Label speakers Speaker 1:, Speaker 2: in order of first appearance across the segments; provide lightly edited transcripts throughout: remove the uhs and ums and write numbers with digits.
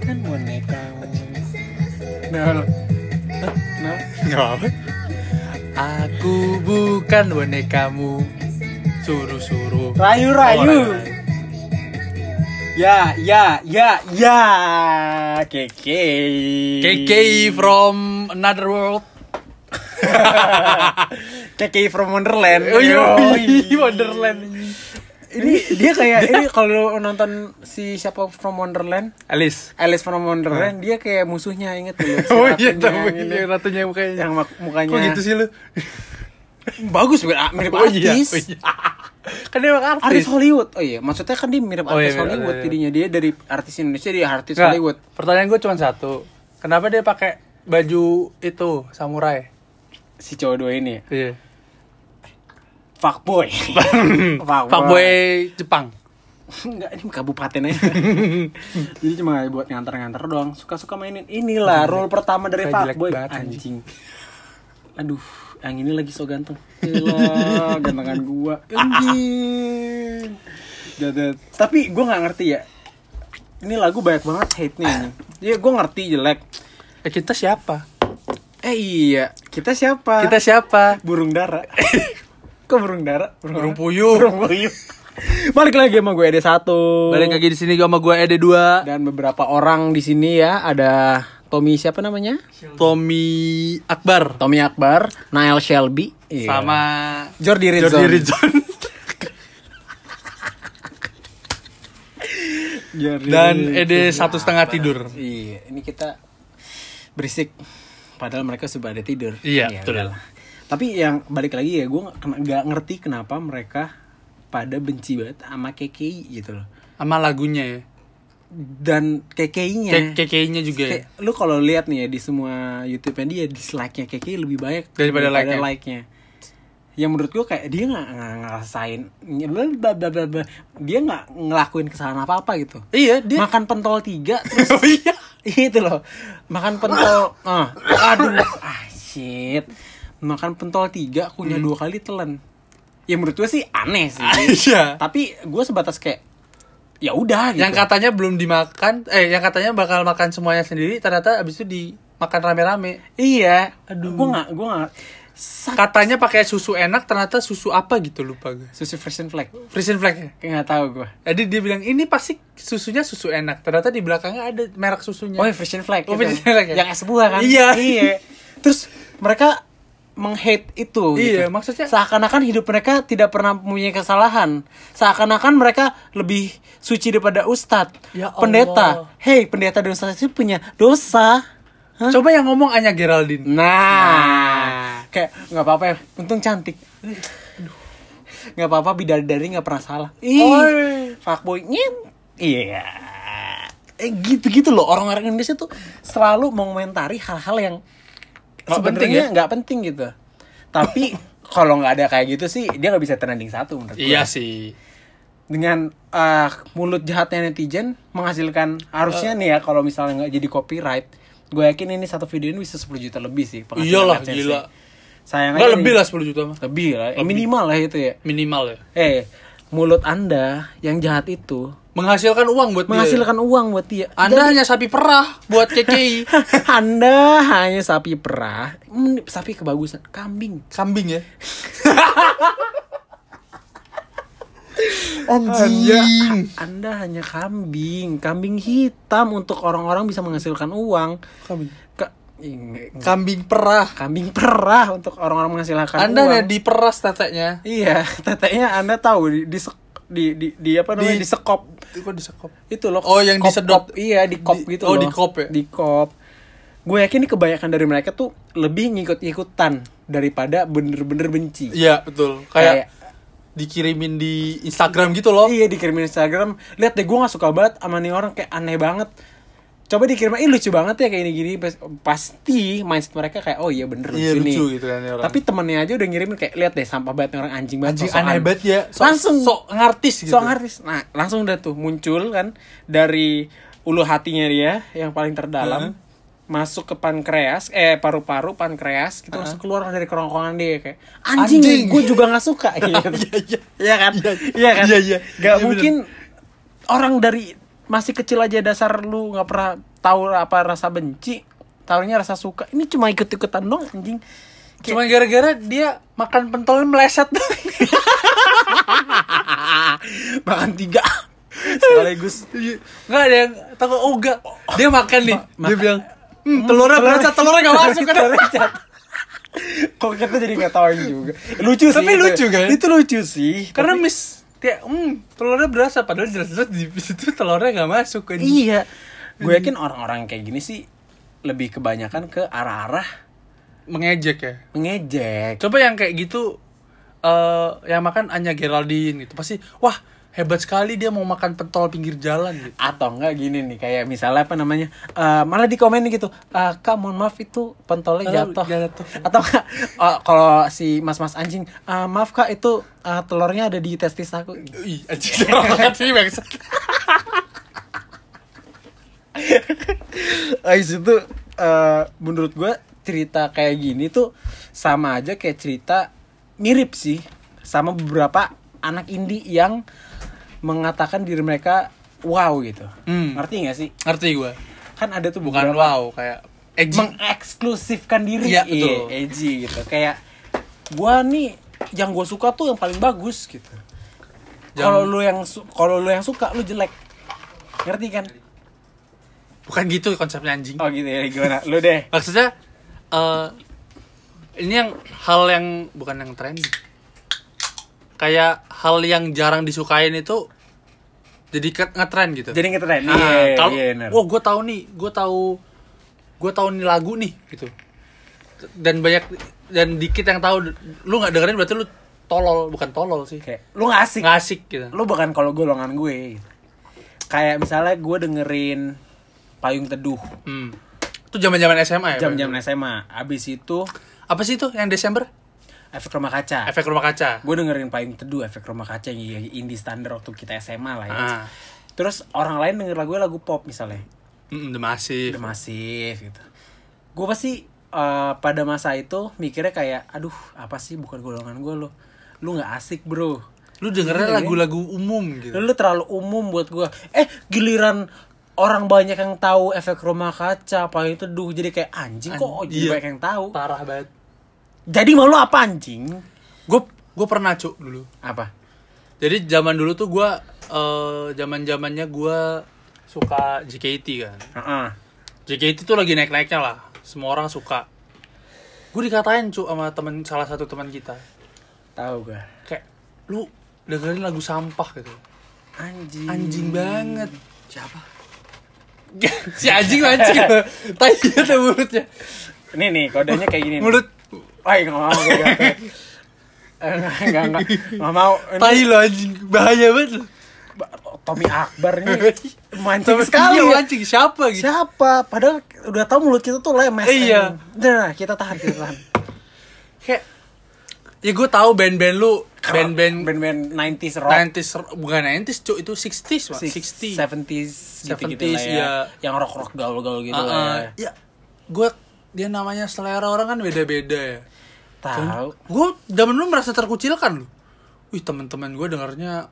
Speaker 1: bukan bonekamu. Nah,
Speaker 2: Nggak apa. Aku bukan bonekamu. Suruh-suruh.
Speaker 1: Rayu. Ya.
Speaker 2: KK from another world.
Speaker 1: KK from Wonderland.
Speaker 2: Oh iya, Wonderland.
Speaker 1: Ini dia kayak ini kalau nonton si siapa from Wonderland,
Speaker 2: Alice
Speaker 1: from Wonderland, dia kayak musuhnya, inget dulu. Si
Speaker 2: Oh iya,
Speaker 1: ratunya
Speaker 2: tahu
Speaker 1: ini.
Speaker 2: ini ratunya mukanya.
Speaker 1: Yang mukanya.
Speaker 2: Kok gitu sih lu?
Speaker 1: Bagus, mirip artis.
Speaker 2: Oh, iya. Kan dia emang
Speaker 1: Artis
Speaker 2: artis.
Speaker 1: Hollywood. Oh iya, maksudnya kan dia mirip
Speaker 2: Oh,
Speaker 1: artis
Speaker 2: iya,
Speaker 1: Hollywood.
Speaker 2: iya.
Speaker 1: Jadinya dia dari artis Indonesia dia artis
Speaker 2: Nggak,
Speaker 1: Hollywood.
Speaker 2: pertanyaan gue cuma satu. Kenapa dia pakai baju itu samurai?
Speaker 1: Si cowok dua ini.
Speaker 2: Iya.
Speaker 1: Fuckboy.
Speaker 2: Fuckboy Jepang.
Speaker 1: Enggak, ini kabupaten aja. Jadi cuma buat nganter-nganter doang. Suka-suka mainin. Inilah role pertama dari
Speaker 2: Kayak jelek
Speaker 1: fuckboy.
Speaker 2: banget,
Speaker 1: Anjing. Aduh, yang ini lagi so ganteng. Gila, gantengan gua. Anjing. Tapi gua enggak ngerti ya. Ini lagu banyak banget hate-nya. Ya gua ngerti jelek.
Speaker 2: Kita siapa?
Speaker 1: Iya, kita siapa?
Speaker 2: Kita siapa?
Speaker 1: Burung dara. Kok burung dara?
Speaker 2: Burung puyuh.
Speaker 1: Burung puyuh. Balik lagi sama gue Ede 1.
Speaker 2: Balik lagi di sini sama gue Ede 2
Speaker 1: Dan beberapa orang di sini ya, ada Tommy siapa namanya?
Speaker 2: Tommy Akbar
Speaker 1: Tommy Akbar, Nael Shelby,
Speaker 2: sama
Speaker 1: Jordi Rizon.
Speaker 2: Dan Ede 1,5 tidur.
Speaker 1: Iya, ini kita berisik. Padahal mereka sudah ada tidur.
Speaker 2: Iya, betul.
Speaker 1: Udahlah. Tapi yang balik lagi ya, gue nggak ngerti kenapa mereka pada benci banget sama KKI gitu loh.
Speaker 2: Sama lagunya ya.
Speaker 1: Dan KKI-nya.
Speaker 2: KKI-nya juga ya.
Speaker 1: Lu kalau lihat nih ya di semua YouTube-nya dia, dislike-nya KKI lebih banyak
Speaker 2: Daripada like-nya.
Speaker 1: like-nya. Yang menurut gue kayak dia nggak ngerasain, dia nggak ngelakuin kesalahan apa gitu.
Speaker 2: Iya, dia
Speaker 1: Makan pentol 3 terus
Speaker 2: Oh iya.
Speaker 1: itu loh, makan pentol, shit, makan pentol 3 kunyah 2 kali telan. Ya menurut gue sih aneh sih.
Speaker 2: Iya.
Speaker 1: Tapi gue sebatas kayak ya udah gitu.
Speaker 2: Yang katanya belum dimakan, yang katanya bakal makan semuanya sendiri, ternyata abis itu dimakan rame-rame.
Speaker 1: Iya.
Speaker 2: Aduh.
Speaker 1: Gue nggak.
Speaker 2: Katanya pakai susu enak, ternyata susu apa gitu lupa gue.
Speaker 1: Susu Frisian Flag.
Speaker 2: Frisian Flag ya?
Speaker 1: Kayak nggak tahu gue.
Speaker 2: Jadi dia bilang ini pasti susunya susu enak. Ternyata di belakangnya ada merek susunya.
Speaker 1: Oh, Frisian Flag.
Speaker 2: Oh, Frisian Flag ya?
Speaker 1: Yang es buah kan?
Speaker 2: Iya.
Speaker 1: Terus mereka meng-hate itu
Speaker 2: Iya,
Speaker 1: gitu.
Speaker 2: maksudnya
Speaker 1: seakan-akan hidup mereka tidak pernah mempunyai kesalahan. Seakan-akan mereka lebih suci daripada ustadz,
Speaker 2: Ya Allah.
Speaker 1: pendeta. Hey, pendeta dan ustadz itu punya dosa. Hah?
Speaker 2: Coba yang ngomong Anya Geraldine.
Speaker 1: Nah, kayak nggak apa-apa ya, untung cantik. Nggak apa-apa, bidadari nggak pernah salah.
Speaker 2: Oi.
Speaker 1: Fuckboy nyet. Iya. Gitu-gitu loh, orang-orang Indonesia tuh selalu mengomentari hal-hal yang
Speaker 2: Nggak penting
Speaker 1: sebenarnya
Speaker 2: ya?
Speaker 1: nggak penting gitu. Tapi kalau nggak ada kayak gitu sih, dia nggak bisa trending 1 menurut gue.
Speaker 2: Iya sih.
Speaker 1: Dengan mulut jahatnya netizen menghasilkan, harusnya nih ya, kalau misalnya nggak jadi copyright, gue yakin ini satu video ini bisa 10 juta lebih sih penghasilan
Speaker 2: Iyalah,
Speaker 1: AdSense-nya.
Speaker 2: gila.
Speaker 1: Sayang
Speaker 2: Enggak
Speaker 1: aja
Speaker 2: lebih
Speaker 1: nih.
Speaker 2: lah 10 juta mah.
Speaker 1: Lebih lah, minimal lah itu ya.
Speaker 2: Minimal ya.
Speaker 1: Mulut Anda yang jahat itu
Speaker 2: Menghasilkan uang buat
Speaker 1: menghasilkan uang buat dia.
Speaker 2: Anda hanya sapi perah buat KKI.
Speaker 1: Anda hanya sapi perah. Sapi kebagusan, kambing.
Speaker 2: Kambing ya.
Speaker 1: Anjing. Anda hanya kambing, kambing hitam untuk orang-orang bisa menghasilkan uang.
Speaker 2: Kambing.
Speaker 1: Kambing
Speaker 2: Kambing perah.
Speaker 1: kambing perah untuk orang-orang menghasilkan
Speaker 2: Anda
Speaker 1: uang.
Speaker 2: hanya diperas teteknya.
Speaker 1: Iya, teteknya Anda tahu di apa namanya,
Speaker 2: Di-
Speaker 1: disekop.
Speaker 2: Itu kok disekop.
Speaker 1: Itu loh.
Speaker 2: Oh, yang disedot.
Speaker 1: Iya, di kop gitu
Speaker 2: Oh,
Speaker 1: loh.
Speaker 2: di kop ya?
Speaker 1: Di kop. Gue yakin ini kebanyakan dari mereka tuh lebih ngikut-ngikutan daripada bener-bener benci.
Speaker 2: Iya, betul. Kayak dikirimin di Instagram gitu loh.
Speaker 1: Iya, dikirimin Instagram. Lihat deh, gue gak suka banget sama nih orang, kayak aneh banget. Coba dikirim, lucu banget ya kayak gini-gini. Pasti mindset mereka kayak, oh iya bener,
Speaker 2: Iya,
Speaker 1: lucu nih.
Speaker 2: lucu gitu kan nih orang.
Speaker 1: Tapi temennya aja udah ngirimin kayak, lihat deh sampah banget nih orang, anjing banget.
Speaker 2: Anjing
Speaker 1: sosokan.
Speaker 2: aneh banget ya.
Speaker 1: Langsung
Speaker 2: sok ngartis gitu.
Speaker 1: Song artis. Nah, langsung udah tuh muncul kan dari ulu hatinya dia yang paling terdalam, masuk ke pankreas, paru-paru, pankreas, gitu langsung keluar dari kerongkongan dia kayak anjing. Gue juga nggak suka. Gitu. Iya kan? Iya kan?
Speaker 2: Iya.
Speaker 1: Gak
Speaker 2: Iya,
Speaker 1: mungkin orang dari masih kecil aja dasar lu nggak pernah tahu apa rasa benci, tahunya rasa suka. Ini cuma ikut-ikutan dong anjing.
Speaker 2: Cuma gara-gara dia makan pentolnya meleset doang.
Speaker 1: Makan 3 sekaligus.
Speaker 2: Nggak ada yang tahu. Oh enggak, dia makan nih. Dia bilang, telurnya berasa, telurnya nggak masuk kan.
Speaker 1: Kok kita jadi ngetawain juga. Lucu sih.
Speaker 2: Tapi
Speaker 1: itu.
Speaker 2: lucu kan?
Speaker 1: Itu lucu sih.
Speaker 2: Karena
Speaker 1: tapi,
Speaker 2: kayak telurnya berasa, padahal jelas-jelas di situ telurnya nggak masuk kan.
Speaker 1: iya. Gue yakin orang-orang kayak gini sih lebih kebanyakan ke arah-arah
Speaker 2: Mengejek ya.
Speaker 1: mengejek.
Speaker 2: Coba yang kayak gitu, yang makan Anya Geraldine gitu, pasti wah hebat sekali dia mau makan pentol pinggir jalan gitu.
Speaker 1: Atau enggak gini nih, kayak misalnya apa namanya, malah di komen gitu, Kak mohon maaf itu pentolnya jatuh. Atau enggak, kalau si mas-mas anjing, maaf Kak itu telurnya ada di testis aku.
Speaker 2: Ih, anjing banget sih bangsa.
Speaker 1: Ais itu menurut gue cerita kayak gini tuh sama aja kayak cerita mirip sih sama beberapa anak indie yang mengatakan diri mereka wow gitu. Ngerti gak sih?
Speaker 2: Ngerti gue.
Speaker 1: Kan ada tuh
Speaker 2: Bukan wow, kayak edgy.
Speaker 1: Mengeksklusifkan diri.
Speaker 2: Iya, betul.
Speaker 1: Edgy gitu. Kayak gua nih yang gue suka tuh yang paling bagus gitu. Kalau lu yang suka lu jelek. Ngerti kan?
Speaker 2: Bukan gitu konsepnya anjing.
Speaker 1: Oh gitu ya, gimana? Lu deh.
Speaker 2: Maksudnya ini yang hal yang bukan yang trendy. Kayak hal yang jarang disukain itu jadi ngetren gitu.
Speaker 1: Jadi ngetren.
Speaker 2: Kalau
Speaker 1: iya,
Speaker 2: wah gue tahu nih lagu nih gitu. Dan dikit yang tahu, lu nggak dengerin berarti lu tolol, bukan tolol sih.
Speaker 1: Kayak lu nggak asik.
Speaker 2: Nggak asik gitu.
Speaker 1: Lu bukan kalau golongan gue gitu. Kayak misalnya gue dengerin Payung Teduh.
Speaker 2: Itu zaman-zaman SMA ya?
Speaker 1: Jam-jam SMA. Abis itu
Speaker 2: apa sih itu yang Desember?
Speaker 1: Efek Rumah Kaca.
Speaker 2: Efek Rumah Kaca.
Speaker 1: Gue dengerin Payung Teduh, Efek Rumah Kaca yang indie standar waktu kita SMA lah ya.
Speaker 2: Ah.
Speaker 1: Terus orang lain denger lagu pop misalnya.
Speaker 2: The Massive.
Speaker 1: The Massive gitu. Gue pasti pada masa itu mikirnya kayak, aduh apa sih bukan golongan gue lo. Lu gak asik bro.
Speaker 2: Lu dengernya lagu-lagu umum gitu.
Speaker 1: Lu terlalu umum buat gue. Giliran orang banyak yang tahu Efek Rumah Kaca, Payung Teduh, jadi kayak anjing kok jadi banyak yang tahu.
Speaker 2: Parah banget.
Speaker 1: Jadi malu apa anjing?
Speaker 2: Gue pernah cuk dulu.
Speaker 1: Apa?
Speaker 2: Jadi zaman dulu tuh gue zaman-zamannya gue suka JKT kan. JKT tuh lagi naik-naiknya lah. Semua orang suka. Gue dikatain cuk sama salah satu teman kita.
Speaker 1: Tahu gue.
Speaker 2: Kayak lu dengerin lagu sampah gitu. Anjing banget.
Speaker 1: Siapa?
Speaker 2: Si anjing. Tai ada mulutnya.
Speaker 1: Nih kodenya kayak gini.
Speaker 2: Mulut.
Speaker 1: Nggak mau gue jatuh. Nggak mau.
Speaker 2: Tai lo anjing. Bahaya banget lo.
Speaker 1: Tommy Akbar nih mancing sekali.
Speaker 2: Iya mancing. Siapa gitu?
Speaker 1: Siapa? Padahal udah tahu mulut kita tuh lemes.
Speaker 2: Iya.
Speaker 1: Nah, kita tahan.
Speaker 2: Kayak ya gue tahu band-band lu, band-band
Speaker 1: 90s rock.
Speaker 2: 90s bukan 90s cuk, itu 60s, Pak. 60s,
Speaker 1: 70s gitu lah ya.
Speaker 2: Iya.
Speaker 1: Yang rock gaul-gaul gitu lah
Speaker 2: ya. Dia namanya selera orang kan beda-beda ya.
Speaker 1: Tahu.
Speaker 2: Gue zaman dulu merasa terkucilkan lu. Wih, teman-teman gue dengarnya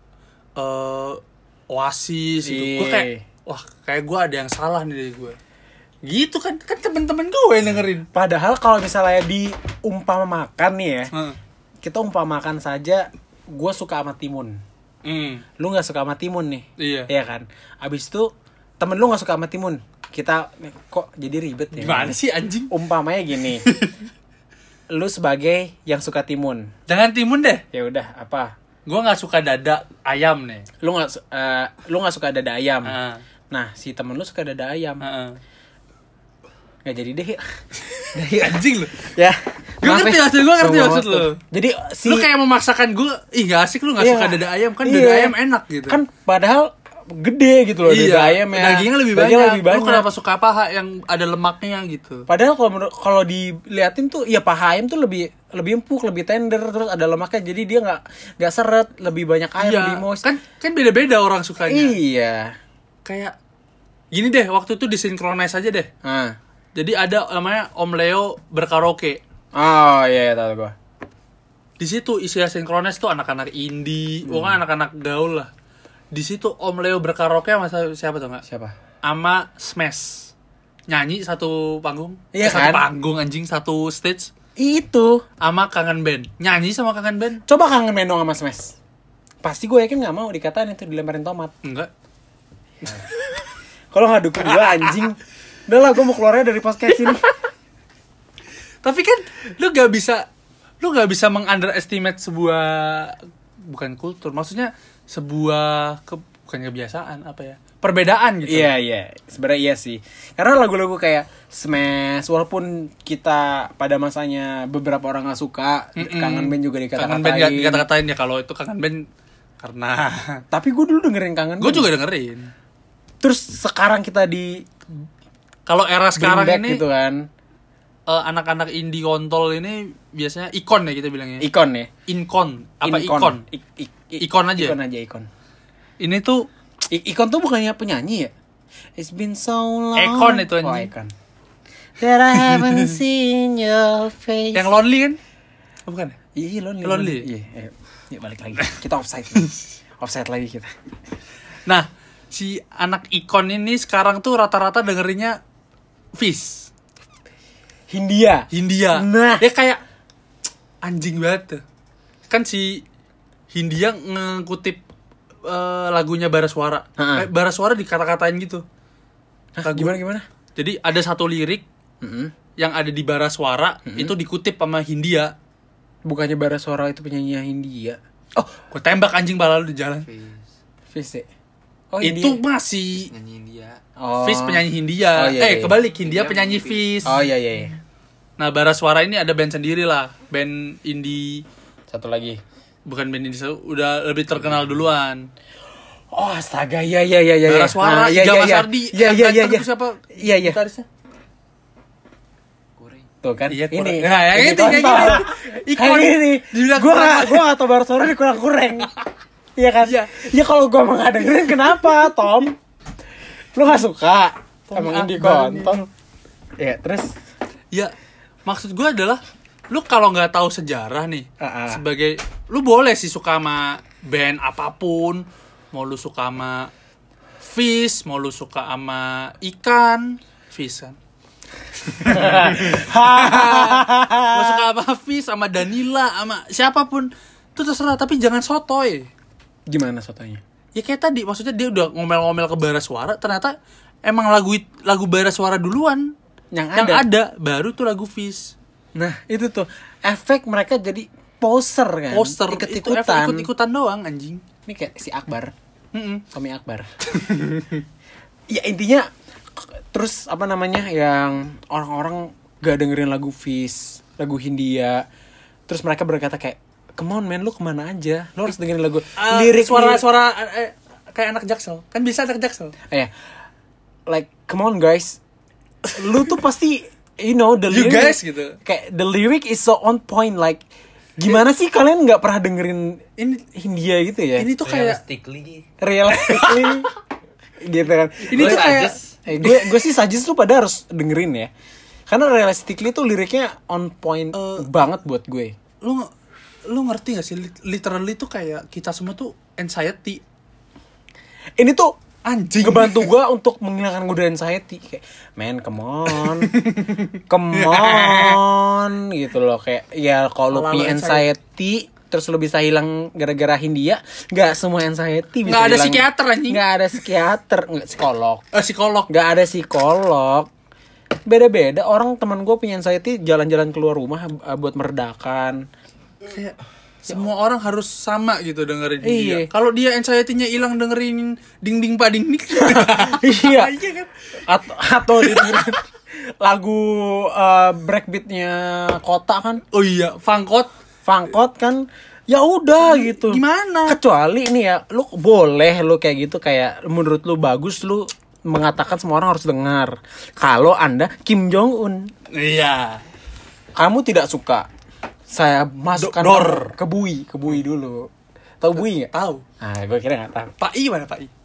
Speaker 2: Oasis gitu. Gue kayak gue ada yang salah nih dari gue. Gitu kan teman-teman gue yang dengerin.
Speaker 1: Padahal kalau misalnya diumpamakan nih ya. Kita umpamakan saja gue suka sama Timun. Lu gak suka sama Timun nih. Iya kan. Abis itu temen lu gak suka sama Timun. Kita kok jadi ribet ya.
Speaker 2: Gimana sih anjing?
Speaker 1: Umpamanya gini. Lu sebagai yang suka Timun.
Speaker 2: Jangan Timun deh.
Speaker 1: Ya udah apa?
Speaker 2: Gue gak suka dada ayam nih.
Speaker 1: Lu gak suka dada ayam. Nah si temen lu suka dada ayam. Gak jadi deh.
Speaker 2: Anjing lu.
Speaker 1: Ya.
Speaker 2: Gue ngerti maksud lu.
Speaker 1: Jadi
Speaker 2: lu kayak memaksakan gue, gak asik lu gak suka dada ayam. Kan dada ayam enak gitu.
Speaker 1: Kan padahal gede gitu loh dada ayam ya.
Speaker 2: Dagingnya lebih banyak. Lu kenapa suka paha yang ada lemaknya gitu.
Speaker 1: Padahal kalau diliatin tuh ya paha ayam tuh lebih empuk, lebih tender, terus ada lemaknya jadi dia nggak seret, lebih banyak air, lebih moist.
Speaker 2: Kan beda-beda orang sukanya.
Speaker 1: Iya.
Speaker 2: Kayak gini deh, waktu itu disinkronize aja deh. Jadi ada namanya Om Leo berkaraoke.
Speaker 1: Oh iya tahu gua.
Speaker 2: Di situ isi sinkronis tuh anak-anak indie, pokoknya anak-anak gaul lah. Di situ Om Leo berkaraoke sama siapa tuh nggak?
Speaker 1: Siapa?
Speaker 2: Sama Smash. nyanyi satu panggung.
Speaker 1: Iya
Speaker 2: Satu
Speaker 1: kan?
Speaker 2: panggung anjing, satu stage
Speaker 1: Itu.
Speaker 2: sama Kangen Band. Nyanyi sama Kangen Band.
Speaker 1: Coba Kangen Band dong sama Smash. Pasti gue yakin gak mau dikatain itu dilemparin tomat.
Speaker 2: Enggak.
Speaker 1: Kalau gak dukung gue anjing. Udah lah gue mau keluarnya dari podcast ini.
Speaker 2: Tapi kan lu gak bisa meng-underestimate sebuah, bukan kultur, maksudnya sebuah bukan kebiasaan, apa ya, perbedaan gitu.
Speaker 1: Iya sebenarnya iya sih, karena lagu-lagu kayak Smash walaupun kita pada masanya beberapa orang gak suka, Kangen Band juga
Speaker 2: Kangen Band
Speaker 1: dikata-katain.
Speaker 2: dikata-katain ya, kalau itu Kangen Band karena
Speaker 1: Tapi gue dulu dengerin Kangen
Speaker 2: gue
Speaker 1: Band.
Speaker 2: juga dengerin.
Speaker 1: Terus sekarang kita di
Speaker 2: Kalau era sekarang
Speaker 1: bring back
Speaker 2: ini
Speaker 1: gitu kan,
Speaker 2: anak-anak indie kontol ini biasanya ikon ya kita bilangnya.
Speaker 1: ikon ya.
Speaker 2: Ikon apa
Speaker 1: Ikon.
Speaker 2: ikon? Ikon aja.
Speaker 1: Ikon aja ikon.
Speaker 2: Ini tuh
Speaker 1: Ikon tuh bukannya penyanyi ya? It's been so long.
Speaker 2: Akon itu anjing.
Speaker 1: Oh, Akon. That I haven't seen your face.
Speaker 2: yang lonely kan? Oh, bukan ya?
Speaker 1: Iya, lonely.
Speaker 2: Lonely.
Speaker 1: Iya, ayo. Yuk balik lagi. Kita offside. Offside lagi kita.
Speaker 2: Nah, si anak ikon ini sekarang tuh rata-rata dengerinnya Fish.
Speaker 1: Hindia. Nah.
Speaker 2: Dia kayak anjing banget tuh. Kan si Hindia ngekutip lagunya Baraswara. Baraswara dikata-katain gitu.
Speaker 1: Hah, gimana?
Speaker 2: Jadi ada satu lirik yang ada di Baraswara itu dikutip sama Hindia.
Speaker 1: Bukannya Baraswara itu penyanyi Hindia?
Speaker 2: Oh, gue tembak anjing pala lu di jalan.
Speaker 1: Fish ya? Oh,
Speaker 2: Itu
Speaker 1: Hindia.
Speaker 2: masih
Speaker 3: Nyanyi India.
Speaker 1: Oh.
Speaker 2: Fish penyanyi Hindia.
Speaker 1: Oh, iya.
Speaker 2: Kebalik Hindia
Speaker 3: Hindia
Speaker 2: penyanyi
Speaker 3: penyanyi
Speaker 2: Fish.
Speaker 1: Oh iya.
Speaker 2: Nah, Baraswara ini ada band sendiri lah, band indie.
Speaker 1: Satu lagi.
Speaker 2: Bukan band indie, udah lebih terkenal duluan.
Speaker 1: Oh, astaga. Iya.
Speaker 2: Baraswara, Iga Mas Ardi.
Speaker 1: Iya.
Speaker 2: Ganteng tuh siapa?
Speaker 1: Iya.
Speaker 2: Gitarisnya?
Speaker 3: Goreng.
Speaker 1: Tuh kan.
Speaker 2: Iya,
Speaker 1: ini.
Speaker 2: kurang. Nah, yang itu kayak gini. Ikon.
Speaker 1: Kayak gini.
Speaker 2: Dibilang
Speaker 1: Gue
Speaker 2: kurang.
Speaker 1: gak tau Baraswara ini kurang. Iya kan?
Speaker 2: Iya.
Speaker 1: Ya kalau gue emang gak dengerin kenapa, Tom? Lu gak suka? Emang indie kontol. Ya, terus?
Speaker 2: Ya, maksud gue adalah lu kalau nggak tahu sejarah nih,
Speaker 1: Ah.
Speaker 2: sebagai lu boleh sih suka sama band apapun, mau lu suka sama Fish, mau lu suka sama ikan, Fish kan. Mau suka sama Fish, sama Danila, sama siapapun, itu terserah, tapi jangan sotoy.
Speaker 1: Gimana sotonya?
Speaker 2: Ya kayak tadi, maksudnya dia udah ngomel-ngomel ke Baraswara, ternyata emang lagu Baraswara duluan. Yang ada baru tuh lagu Fish.
Speaker 1: Nah, itu tuh efek mereka jadi poser kan.
Speaker 2: Poster itu efek ikut-ikutan doang anjing.
Speaker 1: Ini kayak si Akbar,
Speaker 2: Mm-mm.
Speaker 1: Tommy Akbar. Ya intinya terus apa namanya yang orang-orang gak dengerin lagu Fish, lagu Hindia. Terus mereka berkata kayak, "Come on man, lu kemana aja? Lu harus dengerin lagu lirik
Speaker 2: suara kayak anak Jaksel. Kan bisa anak Jaksel.
Speaker 1: like come on guys. Lu tuh pasti you know the
Speaker 2: You
Speaker 1: lyric,
Speaker 2: guys gitu.
Speaker 1: Kayak the lyric is so on point, like gimana sih kalian nggak pernah dengerin
Speaker 2: Ini
Speaker 1: Hindia gitu ya?
Speaker 2: ini tuh kayak
Speaker 3: Realistically.
Speaker 1: Realistically gitu kan.
Speaker 2: ini tuh kayak
Speaker 1: gue sih suggest lu pada harus dengerin ya. Karena realistically tuh liriknya on point banget buat gue.
Speaker 2: lu ngerti gak sih literally tuh kayak kita semua tuh anxiety.
Speaker 1: Ini tuh
Speaker 2: Anjing.
Speaker 1: ngebantu gue untuk menghilangkan gue dari anxiety. Kayak, man, come on gitu loh. Kayak, ya kalau lu punya anxiety terus lu bisa hilang gara-gara Hindia, nggak semua anxiety bisa
Speaker 2: Nggak ada
Speaker 1: hilang.
Speaker 2: psikiater, anjing.
Speaker 1: Nggak ada psikiater, nggak psikolog.
Speaker 2: Psikolog.
Speaker 1: Nggak ada psikolog. Beda-beda. Orang teman gue punya anxiety jalan-jalan keluar rumah buat meredakan.
Speaker 2: Kayak semua orang harus sama gitu dengerin dia.
Speaker 1: Iya.
Speaker 2: Kalau dia anxiety-nya hilang dengerin ding ding pading nik.
Speaker 1: Iya.
Speaker 2: Iya kan?
Speaker 1: Atau dengerin lagu breakbeatnya Kota kan,
Speaker 2: Oh iya, Fangkot.
Speaker 1: kan, ya udah gitu.
Speaker 2: Gimana?
Speaker 1: Kecuali ini ya, lu boleh lu kayak gitu, kayak menurut lu bagus, lu mengatakan semua orang harus dengar. Kalau Anda Kim Jong Un,
Speaker 2: Iya.
Speaker 1: kamu tidak suka, saya masukkan ke Bui dulu. Tahu Bui nggak?
Speaker 2: Tahu.
Speaker 1: Ah, gue kira nggak tahu.
Speaker 2: Pak I mana Pak I?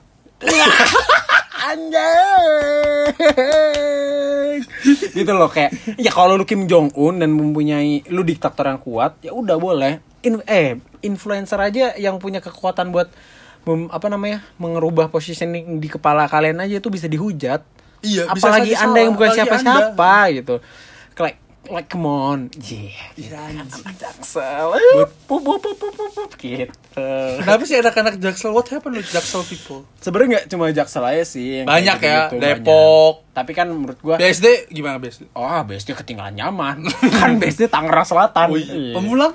Speaker 1: Anjay. Gitu loh, kayak ya kalau lu Kim Jong Un dan mempunyai lu diktator yang kuat, ya udah boleh. Influencer aja yang punya kekuatan buat mengerubah positioning di kepala kalian aja itu bisa dihujat.
Speaker 2: Iya, bisa
Speaker 1: apalagi
Speaker 2: saja
Speaker 1: Anda
Speaker 2: salah,
Speaker 1: yang bukan
Speaker 2: apalagi
Speaker 1: siapa-siapa gitu. Like come on. Anak Jaksel. Gitu.
Speaker 2: Kenapa sih anak-anak Jaksel? What happened with Jaksel people?
Speaker 1: Sebenarnya nggak cuma Jaksel aja sih yang
Speaker 2: Banyak
Speaker 1: kayak
Speaker 2: ya,
Speaker 1: gitu,
Speaker 2: Depok.
Speaker 1: banyak. Tapi kan menurut gua
Speaker 2: BSD gimana BSD?
Speaker 1: BSD ketinggalan nyaman. Kan BSD Tangerang Selatan.
Speaker 2: Oh iya.
Speaker 1: Iya.
Speaker 2: Pemulang?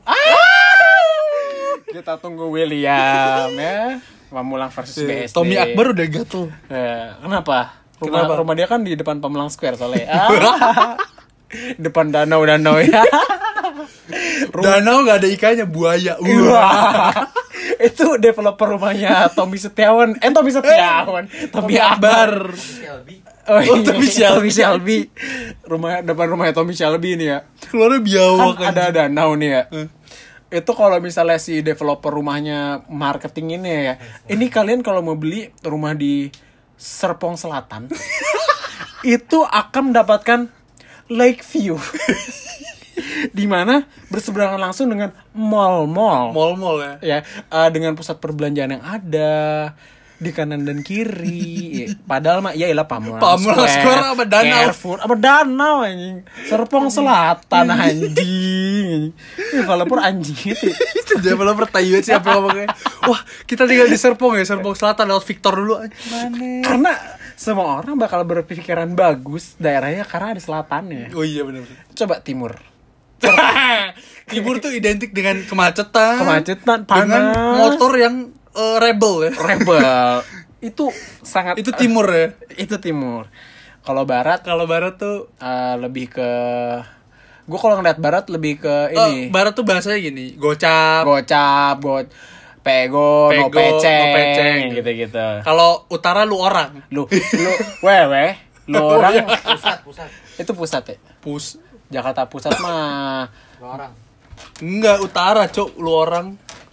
Speaker 1: Kita tunggu William ya. Pamulang versus BSD.
Speaker 2: Tommy Akbar udah gatel.
Speaker 1: Kenapa?
Speaker 2: Kenapa?
Speaker 1: Rumah dia kan di depan Pamulang Square soalnya. Depan danau-danau ya.
Speaker 2: Danau gak ada ikannya, buaya.
Speaker 1: Itu developer rumahnya Tommy Setiawan. Tommy Akbar. Oh,
Speaker 2: Tommy
Speaker 1: Shelby. Depan rumahnya Tommy Shelby ini ya.
Speaker 2: Keluarnya biawak
Speaker 1: Kan ada danau nih ya. Itu kalau misalnya si developer rumahnya marketing ini ya. Ini kalian kalau mau beli rumah di Serpong Selatan itu akan mendapatkan lake view. Di mana berseberangan langsung dengan mall-mall
Speaker 2: ya.
Speaker 1: Ya, dengan pusat perbelanjaan yang ada di kanan dan kiri. Padahal mah iyalah Pamulang
Speaker 2: Square sama danau.
Speaker 1: Carrefour sama danau anjing. Serpong Selatan anjing. Developer anjing itu.
Speaker 2: Itu developer tayuan siapa ngomongnya. Wah, kita tinggal di Serpong ya, Serpong Selatan lewat Victor dulu. Mana?
Speaker 1: Karena semua orang bakal berpikiran bagus daerahnya karena ada selatannya.
Speaker 2: Oh iya benar.
Speaker 1: Coba timur.
Speaker 2: Timur tuh identik dengan kemacetan,
Speaker 1: panas,
Speaker 2: dengan motor yang rebel ya.
Speaker 1: Itu sangat
Speaker 2: itu timur ya.
Speaker 1: Itu timur. Kalau barat
Speaker 2: tuh
Speaker 1: lebih ke gue kalau ngeliat barat lebih ke ini.
Speaker 2: Barat tuh bahasanya gini, gocap,
Speaker 1: pego, no peceng gitu.
Speaker 2: Kalau utara lu orang.
Speaker 1: Lu orang.
Speaker 3: Pusat.
Speaker 1: Itu pusat ya? Jakarta Pusat mah
Speaker 3: Lu orang.
Speaker 2: Enggak, utara, Cok, lu orang.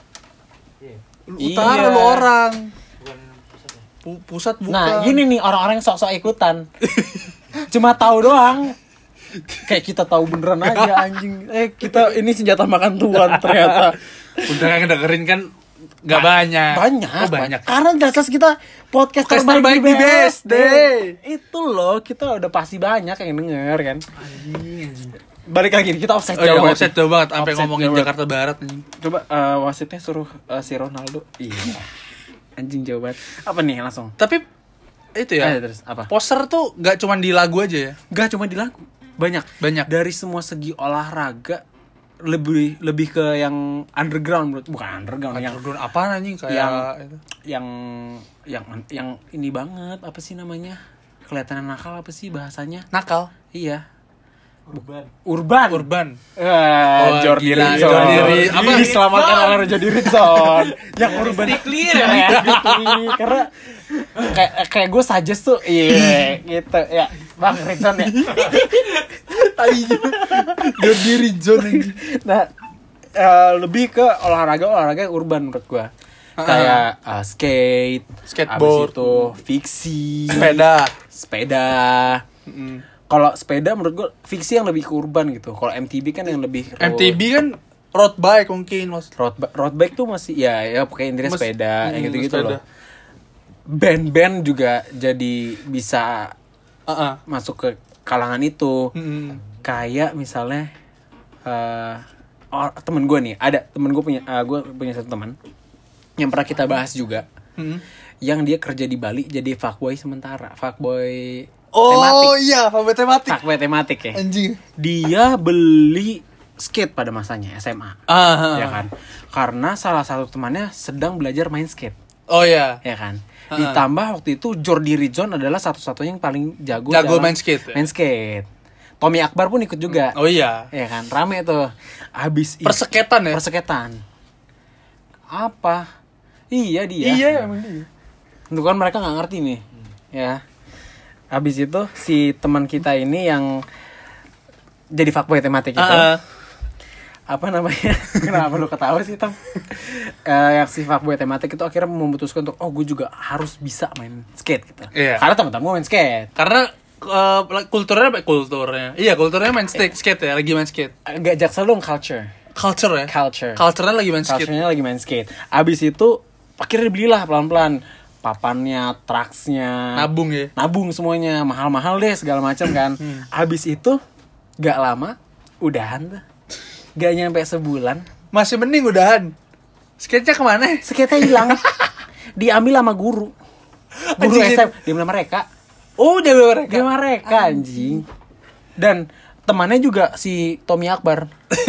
Speaker 2: Utara
Speaker 1: Iya.
Speaker 2: lu orang.
Speaker 3: Bukan pusat ya?
Speaker 2: Pusat bukan.
Speaker 1: Nah, gini nih orang-orang yang sok-sok ikutan. Cuma tahu doang. Kayak kita tahu beneran aja anjing. Kita ini senjata makan tuan ternyata.
Speaker 2: Udah yang dengerin kan gak banyak.
Speaker 1: Banyak. Karena jelas kita podcast terbaik di BSD. Itu loh, kita udah pasti banyak yang denger kan. Balik lagi, kita offset
Speaker 2: Oh iya, offset jauh banget sampai
Speaker 1: Offset
Speaker 2: ngomongin
Speaker 1: jauh
Speaker 2: Jakarta Barat anjing.
Speaker 1: Coba wasitnya suruh si Ronaldo. Iya. Anjing jauh banget. Apa nih langsung?
Speaker 2: Tapi itu ya.
Speaker 1: Terus apa?
Speaker 2: Poster tuh gak cuma di lagu aja ya.
Speaker 1: Gak cuma di lagu. Banyak. Dari semua segi olahraga lebih ke yang underground menurut, bukan underground yang
Speaker 2: apaan anjing kayak
Speaker 1: yang ini banget, apa sih namanya? Kelihatan nakal apa sih bahasanya?
Speaker 2: Nakal.
Speaker 1: Iya.
Speaker 2: Urban.
Speaker 1: Jordi
Speaker 2: gila,
Speaker 1: Rizon.
Speaker 2: apa?
Speaker 1: Diselamatkan oleh Jordi Rizon. Yang urban.
Speaker 3: clear
Speaker 1: ya. Karena kayak gue suggest tuh, gitu ya. Bang Rizon ya.
Speaker 2: Jordi Rizon.
Speaker 1: Nah, lebih ke olahraga urban menurut gue. Kayak
Speaker 2: skateboard,
Speaker 1: abis itu fiksi, sepeda. Kalau sepeda menurut gue fiksi yang lebih ke urban gitu. Kalau MTB kan yang lebih
Speaker 2: MTB kan road bike mungkin mas.
Speaker 1: Road bike tuh masih ya pakai intinya sepeda yang gitu-gitu loh. Band-band juga jadi bisa masuk ke kalangan itu. Kayak misalnya temen gue nih, ada temen gue punya satu teman yang pernah kita bahas juga, yang dia kerja di Bali jadi fuckboy sementara, fuckboy tematik.
Speaker 2: Oh iya,
Speaker 1: fuckboy tematik ya.
Speaker 2: Anjing.
Speaker 1: Dia beli skate pada masanya SMA, ya kan? Karena salah satu temannya sedang belajar main skate.
Speaker 2: Oh iya.
Speaker 1: Ya kan? Ditambah waktu itu Jordi Rizon adalah satu-satunya yang paling jago
Speaker 2: main skate.
Speaker 1: Main skate. Tommy Akbar pun ikut juga.
Speaker 2: Oh iya.
Speaker 1: Ya kan? Rame tuh. Habis
Speaker 2: perseketan ya?
Speaker 1: Perseketan. Apa? Iya dia.
Speaker 2: Iya emang dia.
Speaker 1: Itu kan mereka nggak ngerti nih. Ya. Habis itu si teman kita ini yang jadi fuckboy tematik itu. Apa namanya? Kenapa lu ketawa sih, Tam? Yang si fuckboy tematik itu akhirnya memutuskan untuk gue juga harus bisa main skate gitu.
Speaker 2: Iya.
Speaker 1: Karena teman-teman gue main skate.
Speaker 2: Karena kulturnya. Iya, kulturnya main skate ya, lagi main skate.
Speaker 1: Enggak Jaksel dong, culture
Speaker 2: Culturenya lagi main skate.
Speaker 1: Culturenya lagi main skate. Abis itu akhirnya dibelilah pelan-pelan papannya, traksnya, nabung semuanya, mahal-mahal deh segala macam kan. Abis itu gak lama udahan tuh, gak nyampe sebulan.
Speaker 2: Masih mending udahan. Skate-nya kemana?
Speaker 1: Skate-nya hilang. Diambil sama guru SM, diambil mereka.
Speaker 2: Oh, diambil
Speaker 1: mereka anjing. Dan temannya juga si Tommy Akbar.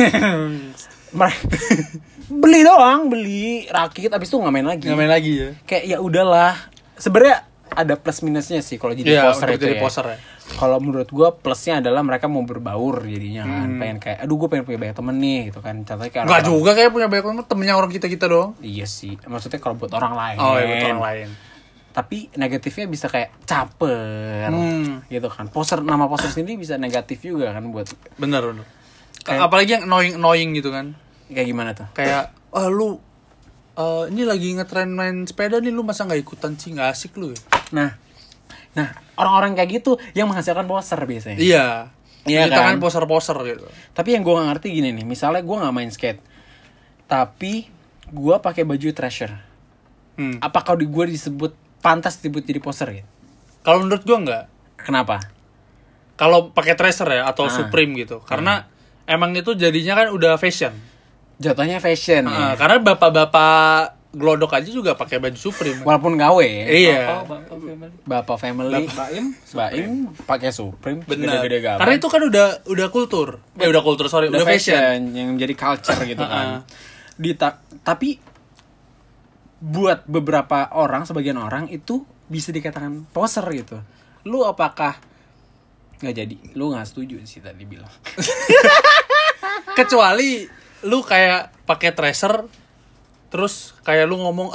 Speaker 1: beli rakit, abis itu nggak main lagi
Speaker 2: ya.
Speaker 1: Kayak ya udahlah, sebenarnya ada plus minusnya sih kalau jadi poser itu ya. Kalau menurut gue plusnya adalah mereka mau berbaur jadinya kan, pengen kayak aduh gue pengen punya banyak temen nih gitu kan. Contohnya kayak
Speaker 2: nggak juga kayak punya banyak temen, temennya orang kita doang.
Speaker 1: Iya sih, maksudnya kalau buat orang lain.
Speaker 2: Oh iya, buat orang lain.
Speaker 1: Tapi negatifnya bisa kayak caper gitu kan. Nama poser sendiri bisa negatif juga kan buat.
Speaker 2: Bener. Apalagi yang annoying gitu kan.
Speaker 1: Kayak gimana tuh?
Speaker 2: Kayak lu ini lagi ngetren main sepeda nih, lu masa nggak ikutan sih, nggak asik lu ya?
Speaker 1: Nah orang-orang kayak gitu yang menghasilkan poser biasanya.
Speaker 2: Iya kan, poser gitu.
Speaker 1: Tapi yang gue nggak ngerti gini nih, misalnya gue nggak main skate tapi gue pakai baju Thrasher, apakah gue pantas disebut jadi poser gitu?
Speaker 2: Kalau menurut gue nggak.
Speaker 1: Kenapa?
Speaker 2: Kalau pakai Thrasher ya atau Supreme gitu, karena emang itu jadinya kan udah fashion.
Speaker 1: Jatuhnya fashion ya.
Speaker 2: Karena bapak-bapak Glodok aja juga pakai baju Supreme.
Speaker 1: Walaupun gawe.
Speaker 2: Iya.
Speaker 1: Bapak family. Baim pakai Supreme.
Speaker 2: Bener.
Speaker 1: Gede-gede gaban.
Speaker 2: Karena itu kan udah kultur. Udah fashion.
Speaker 1: Yang jadi culture gitu kan. Tapi buat beberapa orang, sebagian orang itu bisa dikatakan poser gitu. Lu apakah nggak jadi? Lu nggak setuju sih tadi bilang.
Speaker 2: Kecuali lu kayak pakai Tracer, terus kayak lu ngomong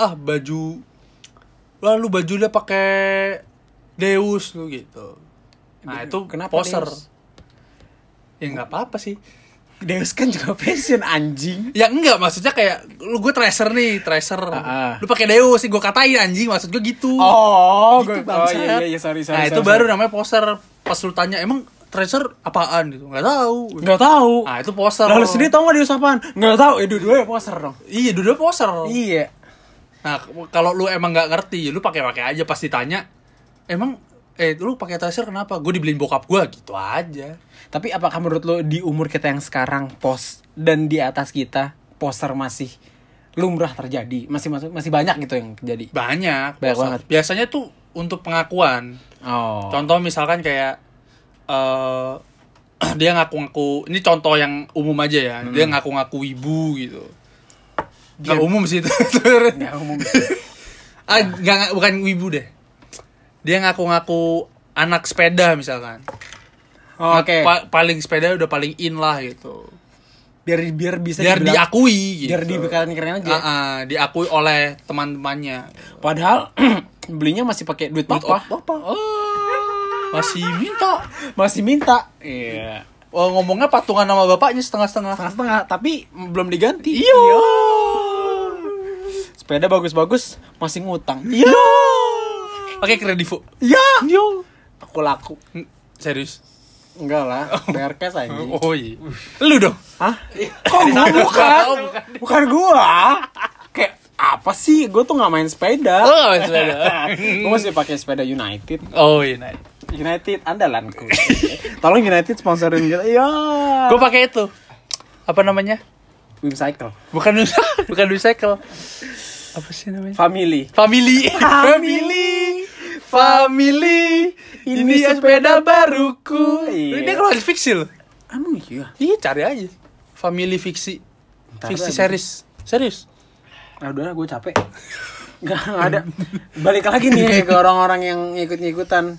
Speaker 2: lu baju dia pakai Deus lu gitu. Nah itu kenapa poser? Deus? Ya nggak apa-apa sih.
Speaker 1: Deus kan juga fashion anjing.
Speaker 2: Ya enggak, maksudnya kayak gue Tracer. Lu pakai Deus sih, gue katain anjing, maksud gue gitu.
Speaker 1: Gitu, iya, sorry.
Speaker 2: Nah itu baru namanya poser. Pas lu tanya emang Tracer apaan gitu, nggak tahu. Nah itu poser.
Speaker 1: Lalu sendiri tau nggak Deus apaan? Nggak tahu. Dua-duanya poser dong.
Speaker 2: Iya, dua-duanya poser.
Speaker 1: Iya.
Speaker 2: Nah kalau lu emang nggak ngerti, lu pakai aja. Pas ditanya, emang lu pakai Tracer kenapa? Gue dibeliin bokap gue, gitu aja.
Speaker 1: Tapi apakah menurut lu di umur kita yang sekarang dan di atas kita poser masih lumrah terjadi? Masih banyak gitu yang terjadi?
Speaker 2: Banyak banget. Biasanya tuh untuk pengakuan. Contoh misalkan kayak dia ngaku-ngaku, ini contoh yang umum aja ya, dia ngaku-ngaku ibu gitu. Gak umum sih itu.
Speaker 1: Gak umum sih.
Speaker 2: Bukan ibu deh. Dia ngaku-ngaku anak sepeda misalkan.
Speaker 1: Oke.
Speaker 2: Paling sepeda udah paling in lah gitu.
Speaker 1: Biar bisa
Speaker 2: diakui gitu.
Speaker 1: Biar dibekalan keren aja.
Speaker 2: Diakui oleh teman-temannya.
Speaker 1: Padahal belinya masih pakai duit papa. Masih minta. Iya.
Speaker 2: Ngomongnya patungan sama bapaknya setengah-setengah,
Speaker 1: tapi belum diganti.
Speaker 2: Iya.
Speaker 1: Sepeda bagus-bagus masih ngutang.
Speaker 2: Iya. Pakai kredivo.
Speaker 1: Iya. Aku laku.
Speaker 2: Serius?
Speaker 1: Enggak lah, bayar cash aja.
Speaker 2: Oh iya. Lu dong?
Speaker 1: Hah? Kok bukan gua. Kayak apa sih? Gue tuh nggak main sepeda.
Speaker 2: Nggak main sepeda.
Speaker 1: Gue masih pakai sepeda United.
Speaker 2: Oh United.
Speaker 1: Andalanku. Tolong United sponsorin kita. Iya.
Speaker 2: Gue pakai itu. Apa namanya?
Speaker 1: Wimcycle.
Speaker 2: Bukan Wimcycle. Apa sih namanya?
Speaker 1: Family. Ini sepeda baruku.
Speaker 2: Ini kalau ada fiksi loh.
Speaker 1: Iya.
Speaker 2: Iya, cari aja. Family fiksi. Fiksi serius.
Speaker 1: Udah, gue capek. Nggak ada. Balik lagi nih ke orang-orang yang ngikut-ngikutan.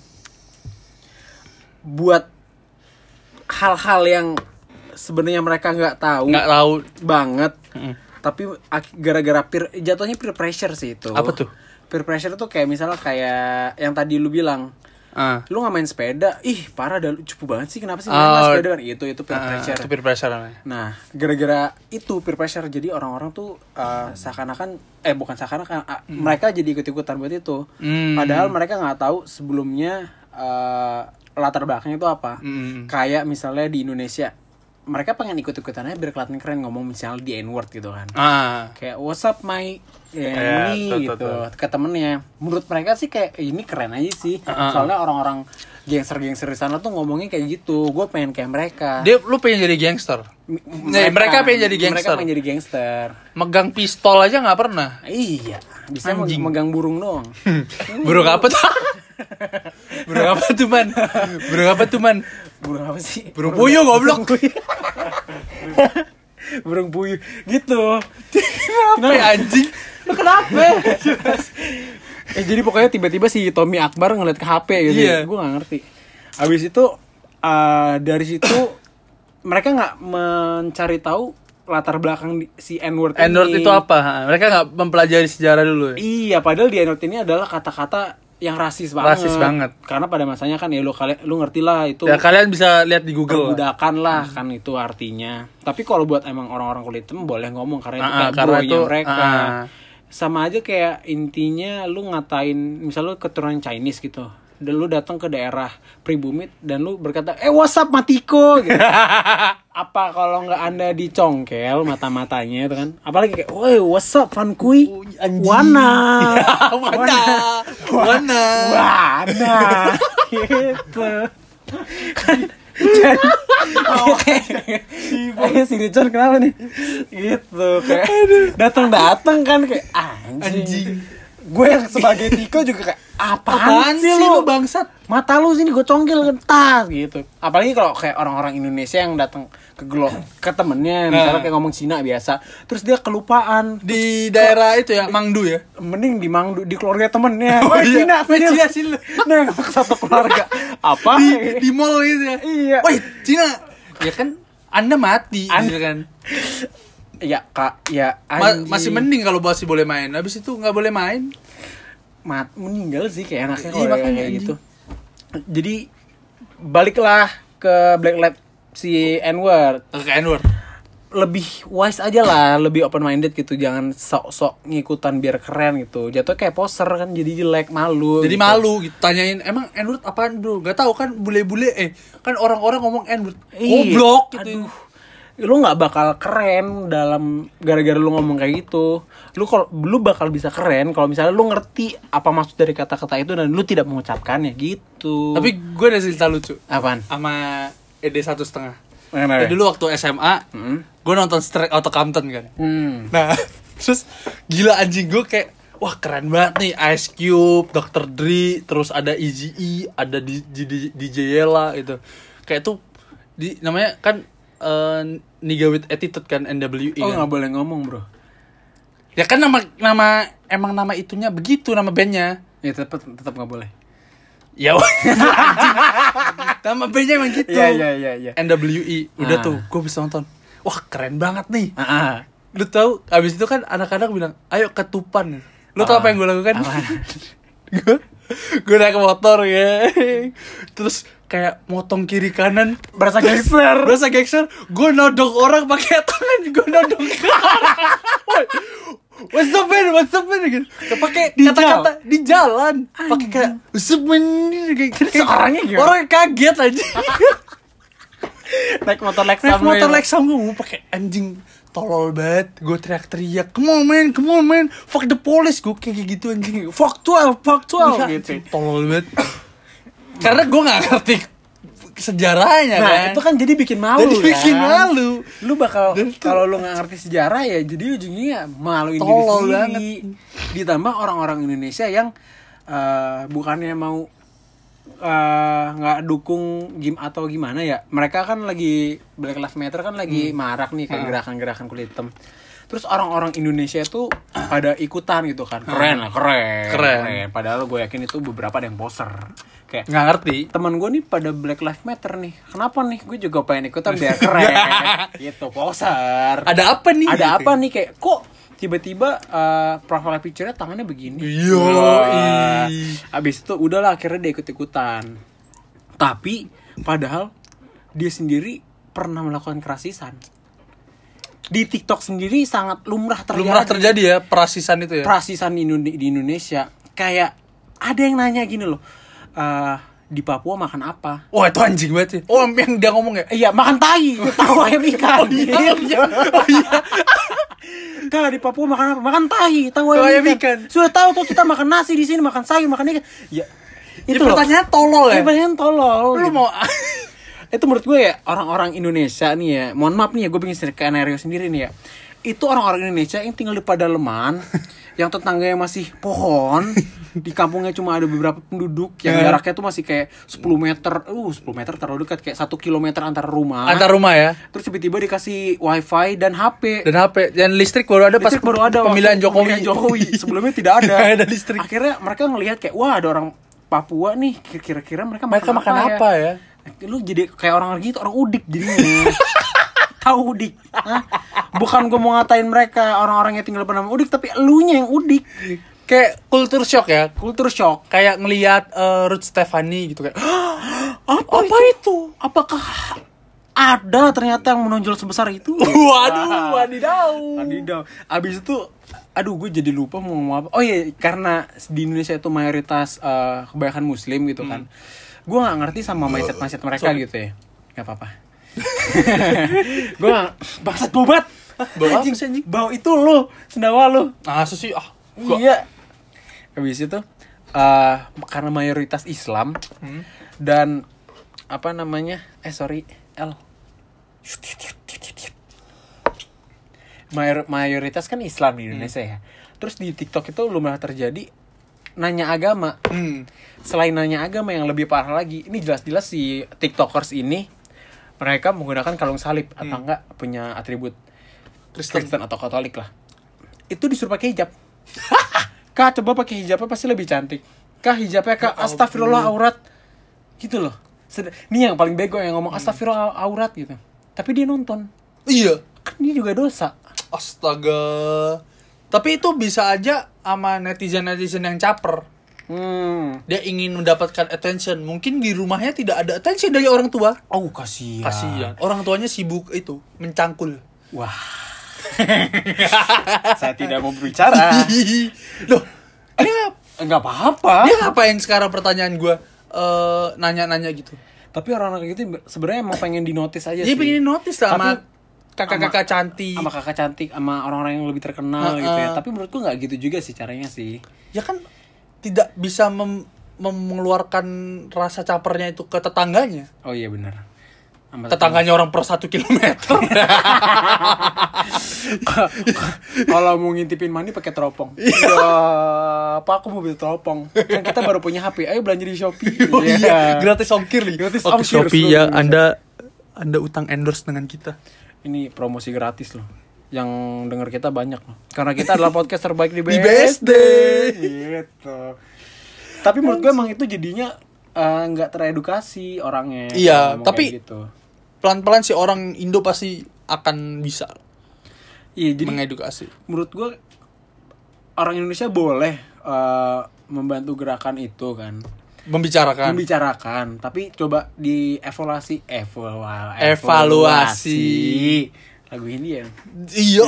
Speaker 1: Buat hal-hal yang sebenarnya mereka nggak tahu banget. Tapi gara-gara jatuhnya peer pressure sih itu.
Speaker 2: Apa tuh?
Speaker 1: Peer pressure tuh kayak misalnya kayak yang tadi lu bilang. Lu nggak main sepeda, parah dah, cupu banget sih, kenapa sih main sepeda kan? Itu peer pressure.
Speaker 2: Itu peer pressure.
Speaker 1: Nah, gara-gara itu peer pressure, jadi orang-orang tuh seakan-akan, bukan seakan-akan, mereka jadi ikut-ikutan buat itu. Padahal mereka nggak tahu sebelumnya latar belakangnya itu apa. Kayak misalnya di Indonesia, mereka pengen ikut-ikutannya biar kelihatan keren, ngomong misalnya di N-word gitu kan. Kayak what's up my ini gitu ke temennya. Menurut mereka sih kayak ini keren aja sih. Soalnya orang-orang gangster-gangster di sana tuh ngomongnya kayak gitu. Gue pengen kayak mereka.
Speaker 2: Lu pengen jadi gangster? Mereka pengen jadi gangster.
Speaker 1: Mereka pengen jadi gangster.
Speaker 2: Megang pistol aja nggak pernah.
Speaker 1: Iya, bisa megang burung doang.
Speaker 2: Burung apa tuh? Burung apa tuh man? Burung apa tuh man?
Speaker 1: Burung apa sih?
Speaker 2: Burung puyuh goblok.
Speaker 1: Burung puyuh gitu.
Speaker 2: Kenapa ya, anjing? Lu kenapa?
Speaker 1: Jadi pokoknya tiba-tiba si Tommy Akbar ngeliat ke HP gitu.
Speaker 2: Iya.
Speaker 1: Gue gak ngerti. Abis itu dari situ mereka gak mencari tahu latar belakang si N-word ini.
Speaker 2: N-word itu apa? Mereka gak mempelajari sejarah dulu ya?
Speaker 1: Iya, padahal di N-word ini adalah kata-kata yang rasis banget.
Speaker 2: Rasis banget.
Speaker 1: Karena pada masanya kan ya lu ngerti lah itu.
Speaker 2: Ya kalian bisa lihat di Google.
Speaker 1: Perbudakan lah kan itu artinya. Tapi kalau buat emang orang-orang kulit hitam boleh ngomong karena itu kayak
Speaker 2: karena
Speaker 1: bronya
Speaker 2: itu,
Speaker 1: mereka. Sama aja kayak intinya lu ngatain misalnya lu keturunan Chinese gitu. Dan lu datang ke daerah pribumi dan lu berkata, what's up Matiko gitu. Apa kalau nggak Anda dicongkel mata-matanya itu kan. Apalagi kayak, woi what's up Van Kui. Wana. Gitu. Kayak si Richard kenapa nih? Gitu kayak datang kan kayak anjing. Gue sebagai Tiko juga kayak apaan sih lu
Speaker 2: bangsat?
Speaker 1: Mata lu sini gue congkel kentas gitu. Apalagi kalau kayak orang-orang Indonesia yang datang ke temennya misalnya kayak ngomong Cina biasa, terus dia kelupaan
Speaker 2: di daerah itu ya Mangdu ya.
Speaker 1: Mending di Mangdu di keluarga temennya.
Speaker 2: Cina sih lu.
Speaker 1: Nah, satu keluarga. Apa?
Speaker 2: Di mall gitu ya.
Speaker 1: Iya.
Speaker 2: Woi, Cina. Ya kan Anda mati gitu kan.
Speaker 1: Ya kak, ya
Speaker 2: masih mending kalau masih boleh main. Habis itu nggak boleh main,
Speaker 1: meninggal sih kayak enaknya
Speaker 2: kalau
Speaker 1: kayak gitu. Jadi baliklah ke Black Lab si N-word.
Speaker 2: Ke N-word.
Speaker 1: Lebih wise aja lah, lebih open minded gitu. Jangan sok-sok ngikutan biar keren gitu. Jatuh kayak poser kan, jadi jelek, malu.
Speaker 2: Jadi gitu. Malu gitu. Tanyain emang N-word apaan bro? Gak tahu kan bule-bule kan orang-orang ngomong N-word. Goblok gitu.
Speaker 1: Aduh. Lu nggak bakal keren dalam gara-gara lu ngomong kayak gitu. Lu bakal bisa keren kalau misalnya lu ngerti apa maksud dari kata-kata itu dan lu tidak mengucapkannya gitu.
Speaker 2: Tapi gue ada cerita lucu.
Speaker 1: Apaan?
Speaker 2: Sama ED 1,5.
Speaker 1: Ya,
Speaker 2: dulu waktu SMA, gue nonton Straight Outta Compton kan. Nah, terus gila anjing gue kayak wah keren banget nih Ice Cube, Dr. Dre, terus ada Eazy-E, ada DJ Yella gitu. Kayak tuh namanya kan Nigga with Attitude kan, NWE kan.
Speaker 1: Nggak boleh ngomong bro.
Speaker 2: Ya kan emang nama itunya begitu, nama bandnya.
Speaker 1: Ya tetap nggak boleh.
Speaker 2: Ya nama bandnya emang gitu.
Speaker 1: Iya.
Speaker 2: NWE. Udah tuh gue bisa nonton. Wah keren banget nih. Lu tahu abis itu kan anak-anak bilang ayo ketupan. Lu tahu apa yang gue lakukan? Gue naik motor ya. Terus kayak motong kiri kanan,
Speaker 1: berasa gangster.
Speaker 2: Gue nodong orang pakai tangan, gue nodong. What's up man gitu. Pakai kata-kata di jalan. Pakai kayak what's up man kayak
Speaker 1: orangnya gimana?
Speaker 2: Orang kaget aja.
Speaker 1: Naik motor Lexus
Speaker 2: gue pakai anjing tolol banget. Gue teriak-teriak, come on man, fuck the police. Gue kayak gitu anjing. Fuck 12 gitu. Tolol banget. Karena gue gak ngerti sejarahnya kan.
Speaker 1: Nah itu kan jadi bikin malu. Lu bakal kalau lu gak ngerti sejarah ya jadi ujungnya maluin diri sendiri banget. Ditambah orang-orang Indonesia yang bukannya mau nggak dukung game atau gimana ya. Mereka kan lagi Black Lives Matter kan lagi marak nih kayak gerakan-gerakan kulit hitam. Terus orang-orang Indonesia tuh pada ikutan gitu kan. Keren. Padahal gue yakin itu beberapa ada yang poser. Kayak
Speaker 2: nggak ngerti.
Speaker 1: Teman gue nih pada Black Lives Matter nih. Kenapa nih? Gue juga pengen ikutan biar keren. Gitu poser.
Speaker 2: Ada apa nih?
Speaker 1: Kayak kok tiba-tiba profile picture-nya tangannya begini. Abis itu udahlah akhirnya dia ikut-ikutan. Tapi padahal dia sendiri pernah melakukan kerasisan. Di TikTok sendiri sangat lumrah terjadi
Speaker 2: ya perasisan itu ya.
Speaker 1: Perasisan di Indonesia. Kayak ada yang nanya gini loh. di Papua makan apa?
Speaker 2: Wah itu anjing banget sih. Oh yang dia ngomong ya?
Speaker 1: Iya, makan tai, tahu ayam ikan.
Speaker 2: Oh iya.
Speaker 1: Kak, di Papua makan apa? Makan tai, tahu ayam ikan. Sudah tahu tuh kita makan nasi di sini, makan sayur, makan ikan. Ya,
Speaker 2: itu pertanyaan tolol ya?
Speaker 1: Pertanyaan tolol.
Speaker 2: Lu mau
Speaker 1: itu menurut gue ya, orang-orang Indonesia nih ya, mohon maaf nih ya, gue bikin skenario sendiri nih ya. Itu orang-orang Indonesia yang tinggal di pedalaman, yang tetangganya masih pohon, di kampungnya cuma ada beberapa penduduk, yang jaraknya tuh masih kayak 10 meter, 10 meter terlalu dekat, kayak 1 kilometer antar rumah.
Speaker 2: Antar rumah ya?
Speaker 1: Terus tiba-tiba dikasih wifi dan HP.
Speaker 2: Dan listrik baru ada pas pemilihan Jokowi.
Speaker 1: Sebelumnya tidak ada.
Speaker 2: Ada listrik.
Speaker 1: Akhirnya mereka ngelihat kayak, wah ada orang Papua nih, kira-kira mereka
Speaker 2: makan apa ya?
Speaker 1: Lu jadi kayak orang gitu, orang udik jadinya. Tahu udik? Hah? Bukan gue mau ngatain mereka orang-orang yang tinggal bernama udik, tapi elunya yang udik.
Speaker 2: Kayak culture shock ya,
Speaker 1: Culture shock.
Speaker 2: kayak ngelihat Ruth Stefani gitu kayak
Speaker 1: Apa itu? Apakah ada ternyata yang menonjol sebesar itu?
Speaker 2: waduh, wadidaw.
Speaker 1: Abis itu, aduh gue jadi lupa mau ngomong apa. Oh iya, karena di Indonesia itu mayoritas kebanyakan Muslim gitu kan. Gue nggak ngerti sama mindset mereka gitu ya. Gak apa-apa. Gue nggak bangsat bobat. Anjing. Bau itu lo, sendawa lo.
Speaker 2: Sih
Speaker 1: Iya. Habis itu karena mayoritas Islam dan apa namanya? Mayoritas kan Islam di Indonesia ya. Terus di TikTok itu lumayan terjadi nanya agama. Selain nanya agama yang lebih parah lagi, ini jelas-jelas si TikTokers ini mereka menggunakan kalung salib atau enggak punya atribut Kristen atau Katolik lah. Itu disuruh pakai hijab. Kak, coba pakai hijabnya pasti lebih cantik. Kak, hijabnya Kak, astagfirullah aurat. Gitu loh. Ini yang paling bego yang ngomong astagfirullah aurat gitu. Tapi dia nonton.
Speaker 2: Iya.
Speaker 1: Kan dia juga dosa.
Speaker 2: Astaga. Tapi itu bisa aja sama netizen yang caper. Dia ingin mendapatkan attention. Mungkin di rumahnya tidak ada attention dari orang tua.
Speaker 1: Oh, kasihan.
Speaker 2: Orang tuanya sibuk itu mencangkul.
Speaker 1: Wah. Saya tidak mau berbicara.
Speaker 2: Loh, dia
Speaker 1: enggak apa-apa.
Speaker 2: Dia ngapain sekarang pertanyaan gue nanya-nanya gitu.
Speaker 1: Tapi orang-orang gitu sebenarnya emang pengen dinotis aja sih.
Speaker 2: Dia pengen notice sama kakak-kakak cantik.
Speaker 1: Sama kakak cantik, sama orang-orang yang lebih terkenal gitu ya. Tapi menurutku nggak gitu juga sih caranya sih.
Speaker 2: Ya kan tidak bisa mengeluarkan rasa capernya itu ke tetangganya.
Speaker 1: Oh iya benar.
Speaker 2: Tetangganya orang per 1 kilometer.
Speaker 1: Kalau mau ngintipin money pakai teropong. Ya, apa aku mau beli teropong? Kan kita baru punya HP. Ayo belanja di Shopee.
Speaker 2: Oh iya, gratis ongkir nih.
Speaker 1: Gratis
Speaker 2: ongkir. Shopee ya,
Speaker 1: Anda
Speaker 2: utang endorse dengan kita.
Speaker 1: Ini promosi gratis loh. Yang denger kita banyak loh. Karena kita adalah podcast terbaik di
Speaker 2: BSD.
Speaker 1: Gitu. Tapi menurut gue emang itu jadinya nggak teredukasi orangnya.
Speaker 2: Iya, tapi
Speaker 1: gitu.
Speaker 2: Pelan-pelan sih orang Indo pasti akan bisa.
Speaker 1: Iya, jadi
Speaker 2: mengedukasi.
Speaker 1: Menurut gue orang Indonesia boleh membantu gerakan itu kan. Membicarakan, tapi coba dievaluasi. Evaluasi. Lagu ini ya.
Speaker 2: Iya.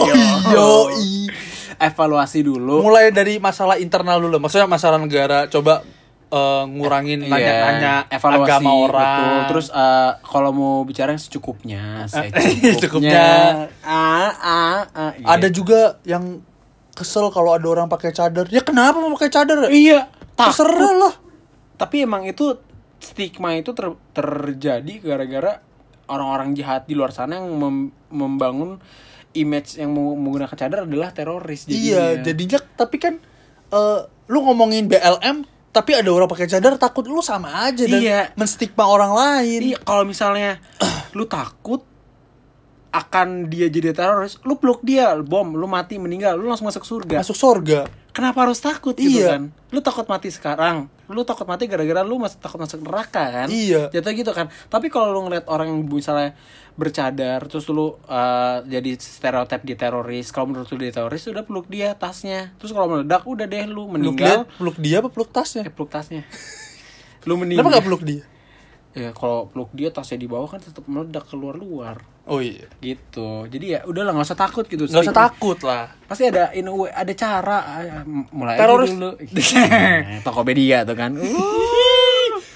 Speaker 1: Evaluasi dulu.
Speaker 2: Mulai dari masalah internal dulu. Maksudnya masalah negara. Coba ngurangin nanya-nanya
Speaker 1: evaluasi
Speaker 2: agama orang.
Speaker 1: Betul. Terus kalau mau bicara yang secukupnya.
Speaker 2: Secukupnya.
Speaker 1: Iya.
Speaker 2: Ada juga yang kesel kalau ada orang pakai cadar. Ya kenapa mau pakai cadar?
Speaker 1: Iya.
Speaker 2: Terserah lah.
Speaker 1: Tapi emang itu stigma itu terjadi gara-gara orang-orang jahat di luar sana yang membangun image yang menggunakan cadar adalah teroris.
Speaker 2: Iya, jadinya tapi kan lu ngomongin BLM tapi ada orang pakai cadar, takut lu sama aja dan menstigma orang lain.
Speaker 1: Iya, kalau misalnya lu takut akan dia jadi teroris, lu peluk dia, bom, lu mati meninggal, lu langsung masuk surga. Kenapa harus takut gitu kan? Lu takut mati sekarang, lu takut mati gara-gara lu takut masuk neraka kan?
Speaker 2: Iya.
Speaker 1: Jatuh gitu kan. Tapi kalau lu ngeliat orang yang misalnya bercadar, terus lu jadi stereotip di teroris, kalau menurut lu dia teroris, udah peluk dia tasnya. Terus kalau meledak, udah deh lu meninggal.
Speaker 2: Peluk dia apa peluk tasnya?
Speaker 1: Peluk tasnya. Lu meninggal.
Speaker 2: Kenapa gak peluk dia?
Speaker 1: Ya kalau peluk dia tasnya di bawah kan tetap meledak keluar.
Speaker 2: Oh iya.
Speaker 1: Gitu. Jadi ya udahlah nggak usah takut gitu.
Speaker 2: Nggak usah takut lah.
Speaker 1: Pasti ada ada cara. Mulai
Speaker 2: teroris
Speaker 1: dulu. Tokopedia tuh kan.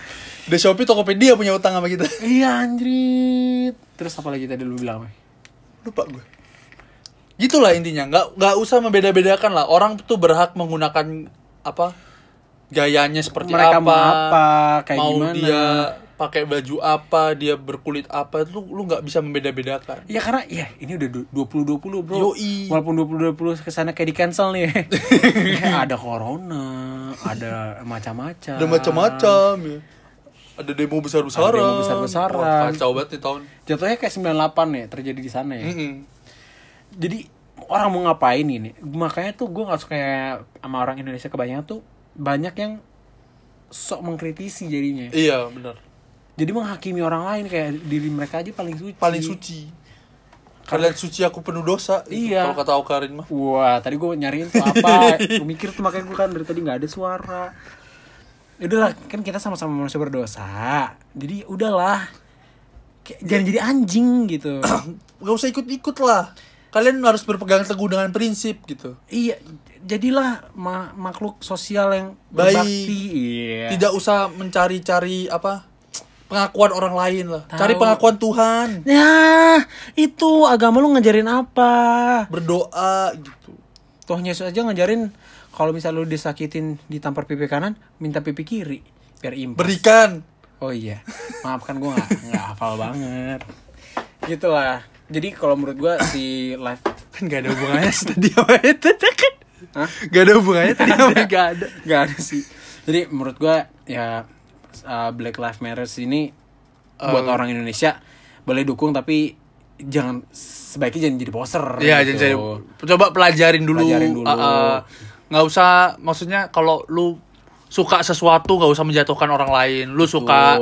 Speaker 2: The Shopee Tokopedia punya utang sama kita.
Speaker 1: Iya anjrit. Terus apa lagi tadi lu bilang?
Speaker 2: Lupa gue. Gitulah intinya, nggak usah membeda-bedakan lah. Orang tuh berhak menggunakan apa gayanya seperti
Speaker 1: Mereka
Speaker 2: apa,
Speaker 1: kayak
Speaker 2: mau
Speaker 1: gimana.
Speaker 2: dia pakai baju apa, dia berkulit apa, itu lu nggak bisa membeda-bedakan.
Speaker 1: Ya karena ya ini udah 2020 bro.
Speaker 2: Yoi.
Speaker 1: Walaupun 2020 kesana kayak di cancel nih. Ada corona, ada macam-macam.
Speaker 2: Ada macam-macam ya. Ada demo besar-besaran.
Speaker 1: Ada demo besar-besaran.
Speaker 2: Wah, kacau banget nih tahun.
Speaker 1: Jatuhnya kayak 98 ya terjadi di sana ya.
Speaker 2: Mm-mm.
Speaker 1: Jadi orang mau ngapain ini? Makanya tuh gue nggak suka sama orang Indonesia, kebanyakan tuh banyak yang sok mengkritisi jadinya.
Speaker 2: Iya benar.
Speaker 1: Jadi menghakimi orang lain kayak diri mereka aja paling suci.
Speaker 2: Paling suci. Kalian suci, aku penuh dosa.
Speaker 1: Iya.
Speaker 2: Kalau kata Aukarin mah.
Speaker 1: Wah, tadi gue nyariin tuh apa? Gue mikir tuh makanya gue kan dari tadi nggak ada suara. Udahlah, kan kita sama-sama manusia berdosa. Jadi udahlah. Jangan jadi anjing gitu.
Speaker 2: Gak usah ikut-ikut lah. Kalian harus berpegang teguh dengan prinsip gitu.
Speaker 1: Iya, jadilah makhluk sosial yang
Speaker 2: Baik.
Speaker 1: berbakti. Iya.
Speaker 2: Tidak usah mencari-cari apa pengakuan orang lain lah.
Speaker 1: Tahu.
Speaker 2: Cari pengakuan Tuhan.
Speaker 1: Ya, itu agama lu ngajarin apa?
Speaker 2: Berdoa gitu.
Speaker 1: Toh Yesus aja ngajarin kalau misal lu disakitin ditampar pipi kanan, minta pipi kiri biar impas.
Speaker 2: Berikan.
Speaker 1: Oh iya, maafkan gue nggak hafal banget. Gitulah. Jadi kalau menurut gue si live
Speaker 2: Kan gak ada hubungannya tadi sama itu kan.
Speaker 1: Hah?
Speaker 2: Gak ada hubungannya tadi sama
Speaker 1: Gak ada sih. Jadi menurut gue ya Black Lives Matter ini buat orang Indonesia boleh dukung tapi sebaiknya jangan jadi poser.
Speaker 2: Iya,
Speaker 1: gitu.
Speaker 2: jadi coba pelajarin dulu. Nggak usah, maksudnya kalau lu suka sesuatu nggak usah menjatuhkan orang lain. Lu suka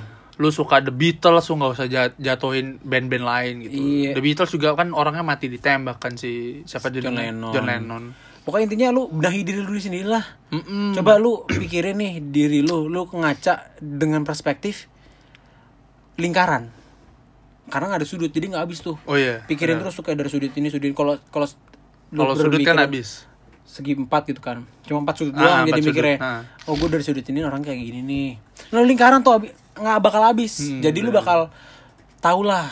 Speaker 2: The Beatles, lu nggak usah jatuhin band-band lain gitu.
Speaker 1: Iya.
Speaker 2: The Beatles juga kan orangnya mati ditembak kan si siapa
Speaker 1: John
Speaker 2: John Lennon.
Speaker 1: Pokoknya intinya lu benahi diri lu sendiri lah. Coba lu pikirin nih diri lu ngaca dengan perspektif lingkaran. Karena nggak ada sudut, jadi nggak habis tuh.
Speaker 2: Oh iya.
Speaker 1: Pikirin terus tuh kayak dari sudut ini sudut. Kalau
Speaker 2: sudut kan habis.
Speaker 1: Segi 4 gitu kan. Cuma 4 sudut doang jadi mikirnya. Oh gue dari sudut ini orang kayak gini nih. Nah lingkaran tuh nggak bakal habis. Jadi lu bakal tahulah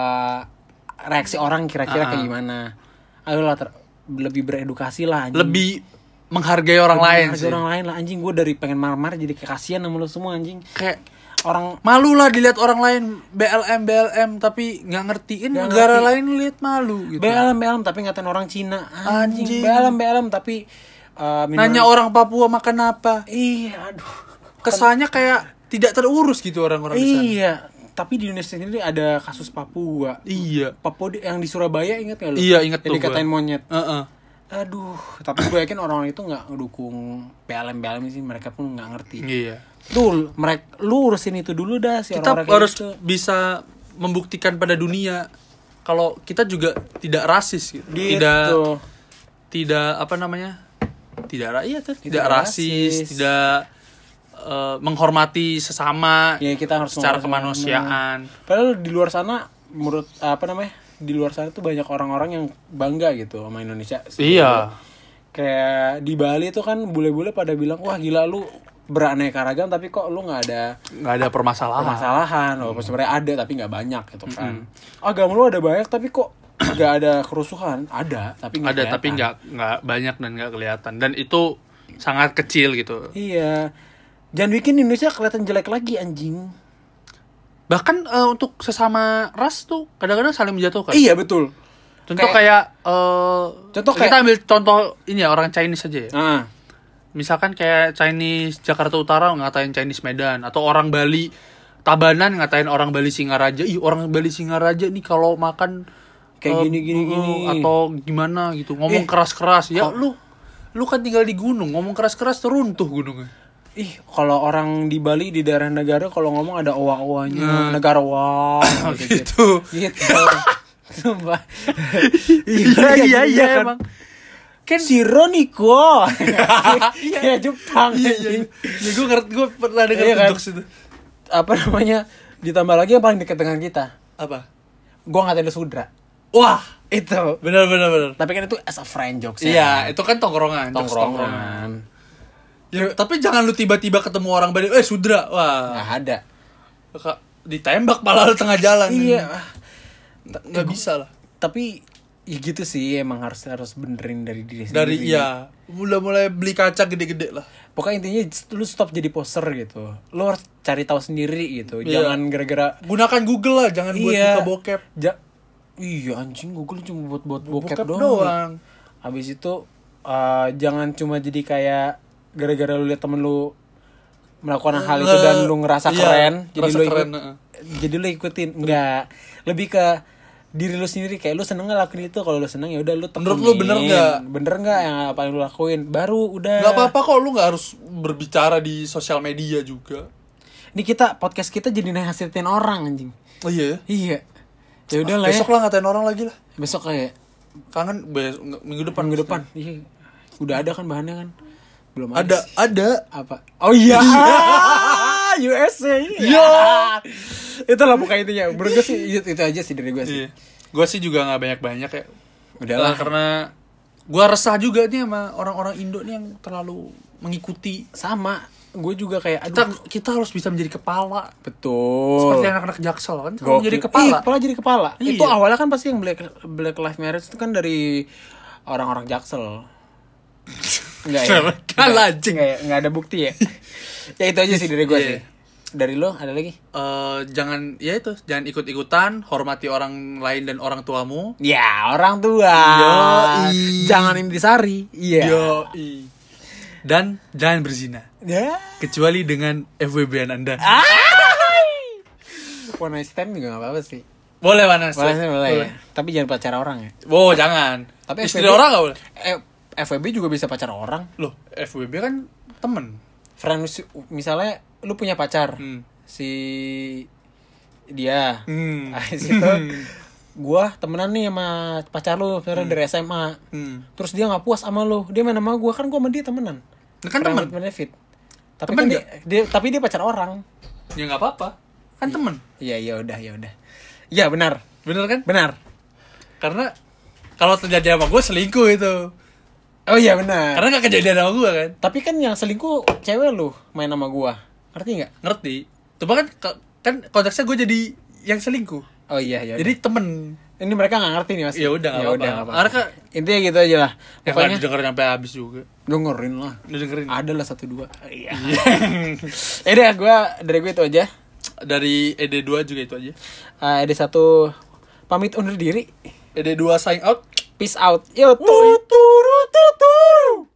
Speaker 1: reaksi orang kira-kira kayak gimana. Ayolah lebih beredukasi lah anjing.
Speaker 2: Lebih menghargai orang lain sih.
Speaker 1: Menghargai orang lain lah anjing. Gue dari pengen marah-marah jadi kayak kasihan sama lu semua anjing.
Speaker 2: Kayak
Speaker 1: orang
Speaker 2: malu lah dilihat orang lain BLM tapi nggak ngertiin negara lain lihat malu gitu.
Speaker 1: BLM tapi ngatain orang Cina anjing. BLM tapi
Speaker 2: nanya orang Papua makan apa.
Speaker 1: Iya aduh.
Speaker 2: Kesannya kayak tidak terurus gitu orang-orang di sana.
Speaker 1: Iya, tapi di Indonesia sendiri ada kasus Papua.
Speaker 2: Iya.
Speaker 1: Papua yang di Surabaya ingat gak lu?
Speaker 2: Iya, ingat tuh.
Speaker 1: Jadi dikatain monyet.
Speaker 2: Aduh,
Speaker 1: tapi gue yakin orang itu nggak ngedukung BLM sih, mereka pun nggak ngerti.
Speaker 2: Iya.
Speaker 1: Tuh, lu urusin itu dulu dah si
Speaker 2: kita
Speaker 1: orang-orang
Speaker 2: harus
Speaker 1: itu.
Speaker 2: Bisa membuktikan pada dunia kalau kita juga tidak rasis gitu. Tidak apa namanya? Tidak rasis, tidak menghormati sesama.
Speaker 1: Ya, kita harus
Speaker 2: secara kemanusiaan.
Speaker 1: Padahal di luar sana menurut di luar sana tuh banyak orang-orang yang bangga gitu sama Indonesia.
Speaker 2: Iya.
Speaker 1: Kayak di Bali tuh kan bule-bule pada bilang, wah gila lu beraneka ragam tapi kok lu nggak ada permasalahan. Walaupun sebenarnya ada tapi nggak banyak gitu kan. Agama lu ada banyak tapi kok nggak ada kerusuhan. Ada tapi
Speaker 2: nggak banyak dan nggak kelihatan, dan itu sangat kecil gitu.
Speaker 1: Iya. Jangan bikin Indonesia kelihatan jelek lagi anjing.
Speaker 2: Bahkan untuk sesama ras tuh kadang-kadang saling menjatuhkan.
Speaker 1: Iya betul.
Speaker 2: Contoh kayak kita ambil contoh ini ya, orang Chinese aja ya. Misalkan kayak Chinese Jakarta Utara ngatain Chinese Medan, atau orang Bali Tabanan ngatain orang Bali Singaraja. Ih, orang Bali Singaraja nih kalau makan
Speaker 1: kayak gini
Speaker 2: atau gimana gitu, ngomong keras-keras. Ya lu kan tinggal di gunung, ngomong keras-keras teruntuh gunungnya.
Speaker 1: Kalau orang di Bali di daerah negara kalau ngomong ada owa-owanya, negara wah gitu. Sumpah.
Speaker 2: Iya
Speaker 1: kan. Kan Sironiko. Iya Jepang.
Speaker 2: Iya. Gue pernah dengar jokes itu.
Speaker 1: Apa namanya? Ditambah lagi yang paling dekat dengan kita.
Speaker 2: Apa?
Speaker 1: Gua ngatain lu Sudra.
Speaker 2: Wah,
Speaker 1: itu. Benar.
Speaker 2: Tapi
Speaker 1: kan itu as a friend jokes.
Speaker 2: Iya, itu kan tongkrongan. Ya, tapi jangan lu tiba-tiba ketemu orang baru, Sudra. Wah.
Speaker 1: Nggak ada.
Speaker 2: Ditembak malah lu tengah jalan.
Speaker 1: Iya.
Speaker 2: Nggak bisa lah.
Speaker 1: Tapi ya gitu sih, emang harus benerin dari diri sendiri.
Speaker 2: Dari iya, mulai beli kaca gede-gede lah.
Speaker 1: Pokoknya intinya lu stop jadi poser gitu. Lu harus cari tahu sendiri gitu.
Speaker 2: Iya.
Speaker 1: Jangan gara-gara
Speaker 2: Gunakan Google lah, jangan buat buka bokep.
Speaker 1: Iya anjing, Google cuma buat bokep doang.
Speaker 2: doang.
Speaker 1: Habis itu jangan cuma jadi kayak gara-gara lu lihat temen lu melakukan hal itu dan lu ngerasa keren, jadi lu ikutin. Enggak, lebih ke diri lu sendiri, kayak lu seneng ngelakuin itu. Kalau lu seneng ya udah lu tekunin.
Speaker 2: Menurut lu bener nggak
Speaker 1: yang apa yang lu lakuin, baru udah.
Speaker 2: Nggak apa-apa kok, lu nggak harus berbicara di sosial media juga.
Speaker 1: Ini podcast kita jadi nasihatin orang anjing.
Speaker 2: Oh iya.
Speaker 1: Ya udah lah.
Speaker 2: Besok lah ngatain orang lagi lah.
Speaker 1: Besok kayak
Speaker 2: kangen minggu depan.
Speaker 1: Iya. Udah ada kan bahannya kan? Belum
Speaker 2: ada.
Speaker 1: Apa? Oh iya. USA. Iya. Itulah pokoknya intinya. Menurut gue sih itu aja sih dari gue sih.
Speaker 2: Iya. Gue sih juga nggak banyak ya.
Speaker 1: Udahlah.
Speaker 2: Karena gue resah juga nih sama orang-orang Indo nih yang terlalu mengikuti.
Speaker 1: Sama. Gue juga kayak
Speaker 2: kita harus bisa menjadi kepala.
Speaker 1: Betul.
Speaker 2: Seperti anak-anak Jaksel kan. Kalau menjadi kepala.
Speaker 1: Kepala jadi kepala.
Speaker 2: Iya.
Speaker 1: Itu awalnya kan pasti yang Black Lives Matter itu kan dari orang-orang Jaksel. Enggak ya? Enggak ada bukti ya. Ya itu aja sih dari gue sih. Dari lo ada lagi?
Speaker 2: Jangan ikut-ikutan, hormati orang lain dan orang tuamu.
Speaker 1: Ya, orang tua.
Speaker 2: Yoi.
Speaker 1: Jangan intisari. Iya.
Speaker 2: Yoi. Dan jangan berzina.
Speaker 1: Ya.
Speaker 2: Kecuali dengan FWB-an Anda.
Speaker 1: One night stand juga enggak apa-apa sih.
Speaker 2: Boleh mana?
Speaker 1: Boleh. Ya. Tapi jangan pacar orang ya.
Speaker 2: Oh, jangan.
Speaker 1: Tapi
Speaker 2: istri orang enggak boleh.
Speaker 1: FWB juga bisa pacar orang.
Speaker 2: Loh, FWB kan temen.
Speaker 1: Friend, misalnya lu punya pacar. Si dia. Situ gua temenan nih sama pacar lu dari SMA. Terus dia enggak puas sama lu. Dia main sama gua, kan gua sama dia temenan.
Speaker 2: Kan temen
Speaker 1: benefit. Tapi
Speaker 2: temen
Speaker 1: kan dia pacar orang.
Speaker 2: Ya enggak apa-apa. Kan temen.
Speaker 1: Iya, ya udah. Iya, benar.
Speaker 2: Bener kan?
Speaker 1: Benar.
Speaker 2: Karena kalau terjadi sama gua selingkuh itu.
Speaker 1: Oh iya benar.
Speaker 2: Karena gak kejadian sama gue kan.
Speaker 1: Tapi kan yang selingkuh cewek lu main sama gua. Ngerti gak?
Speaker 2: Ngerti. Cuma kan konteksnya gue jadi yang selingkuh.
Speaker 1: Oh iya.
Speaker 2: Jadi temen.
Speaker 1: Ini mereka gak ngerti nih mas.
Speaker 2: Ya udah gak apa-apa.
Speaker 1: Karena intinya gitu aja lah.
Speaker 2: Ya kan didengerin sampai habis juga.
Speaker 1: Dengerin lah.
Speaker 2: Dengerin.
Speaker 1: Ada lah 1-2. Iya. Dari gue itu aja.
Speaker 2: Dari ED2 juga itu aja.
Speaker 1: ED1 pamit undur diri.
Speaker 2: ED2 sign out.
Speaker 1: Peace out. Yo, turu.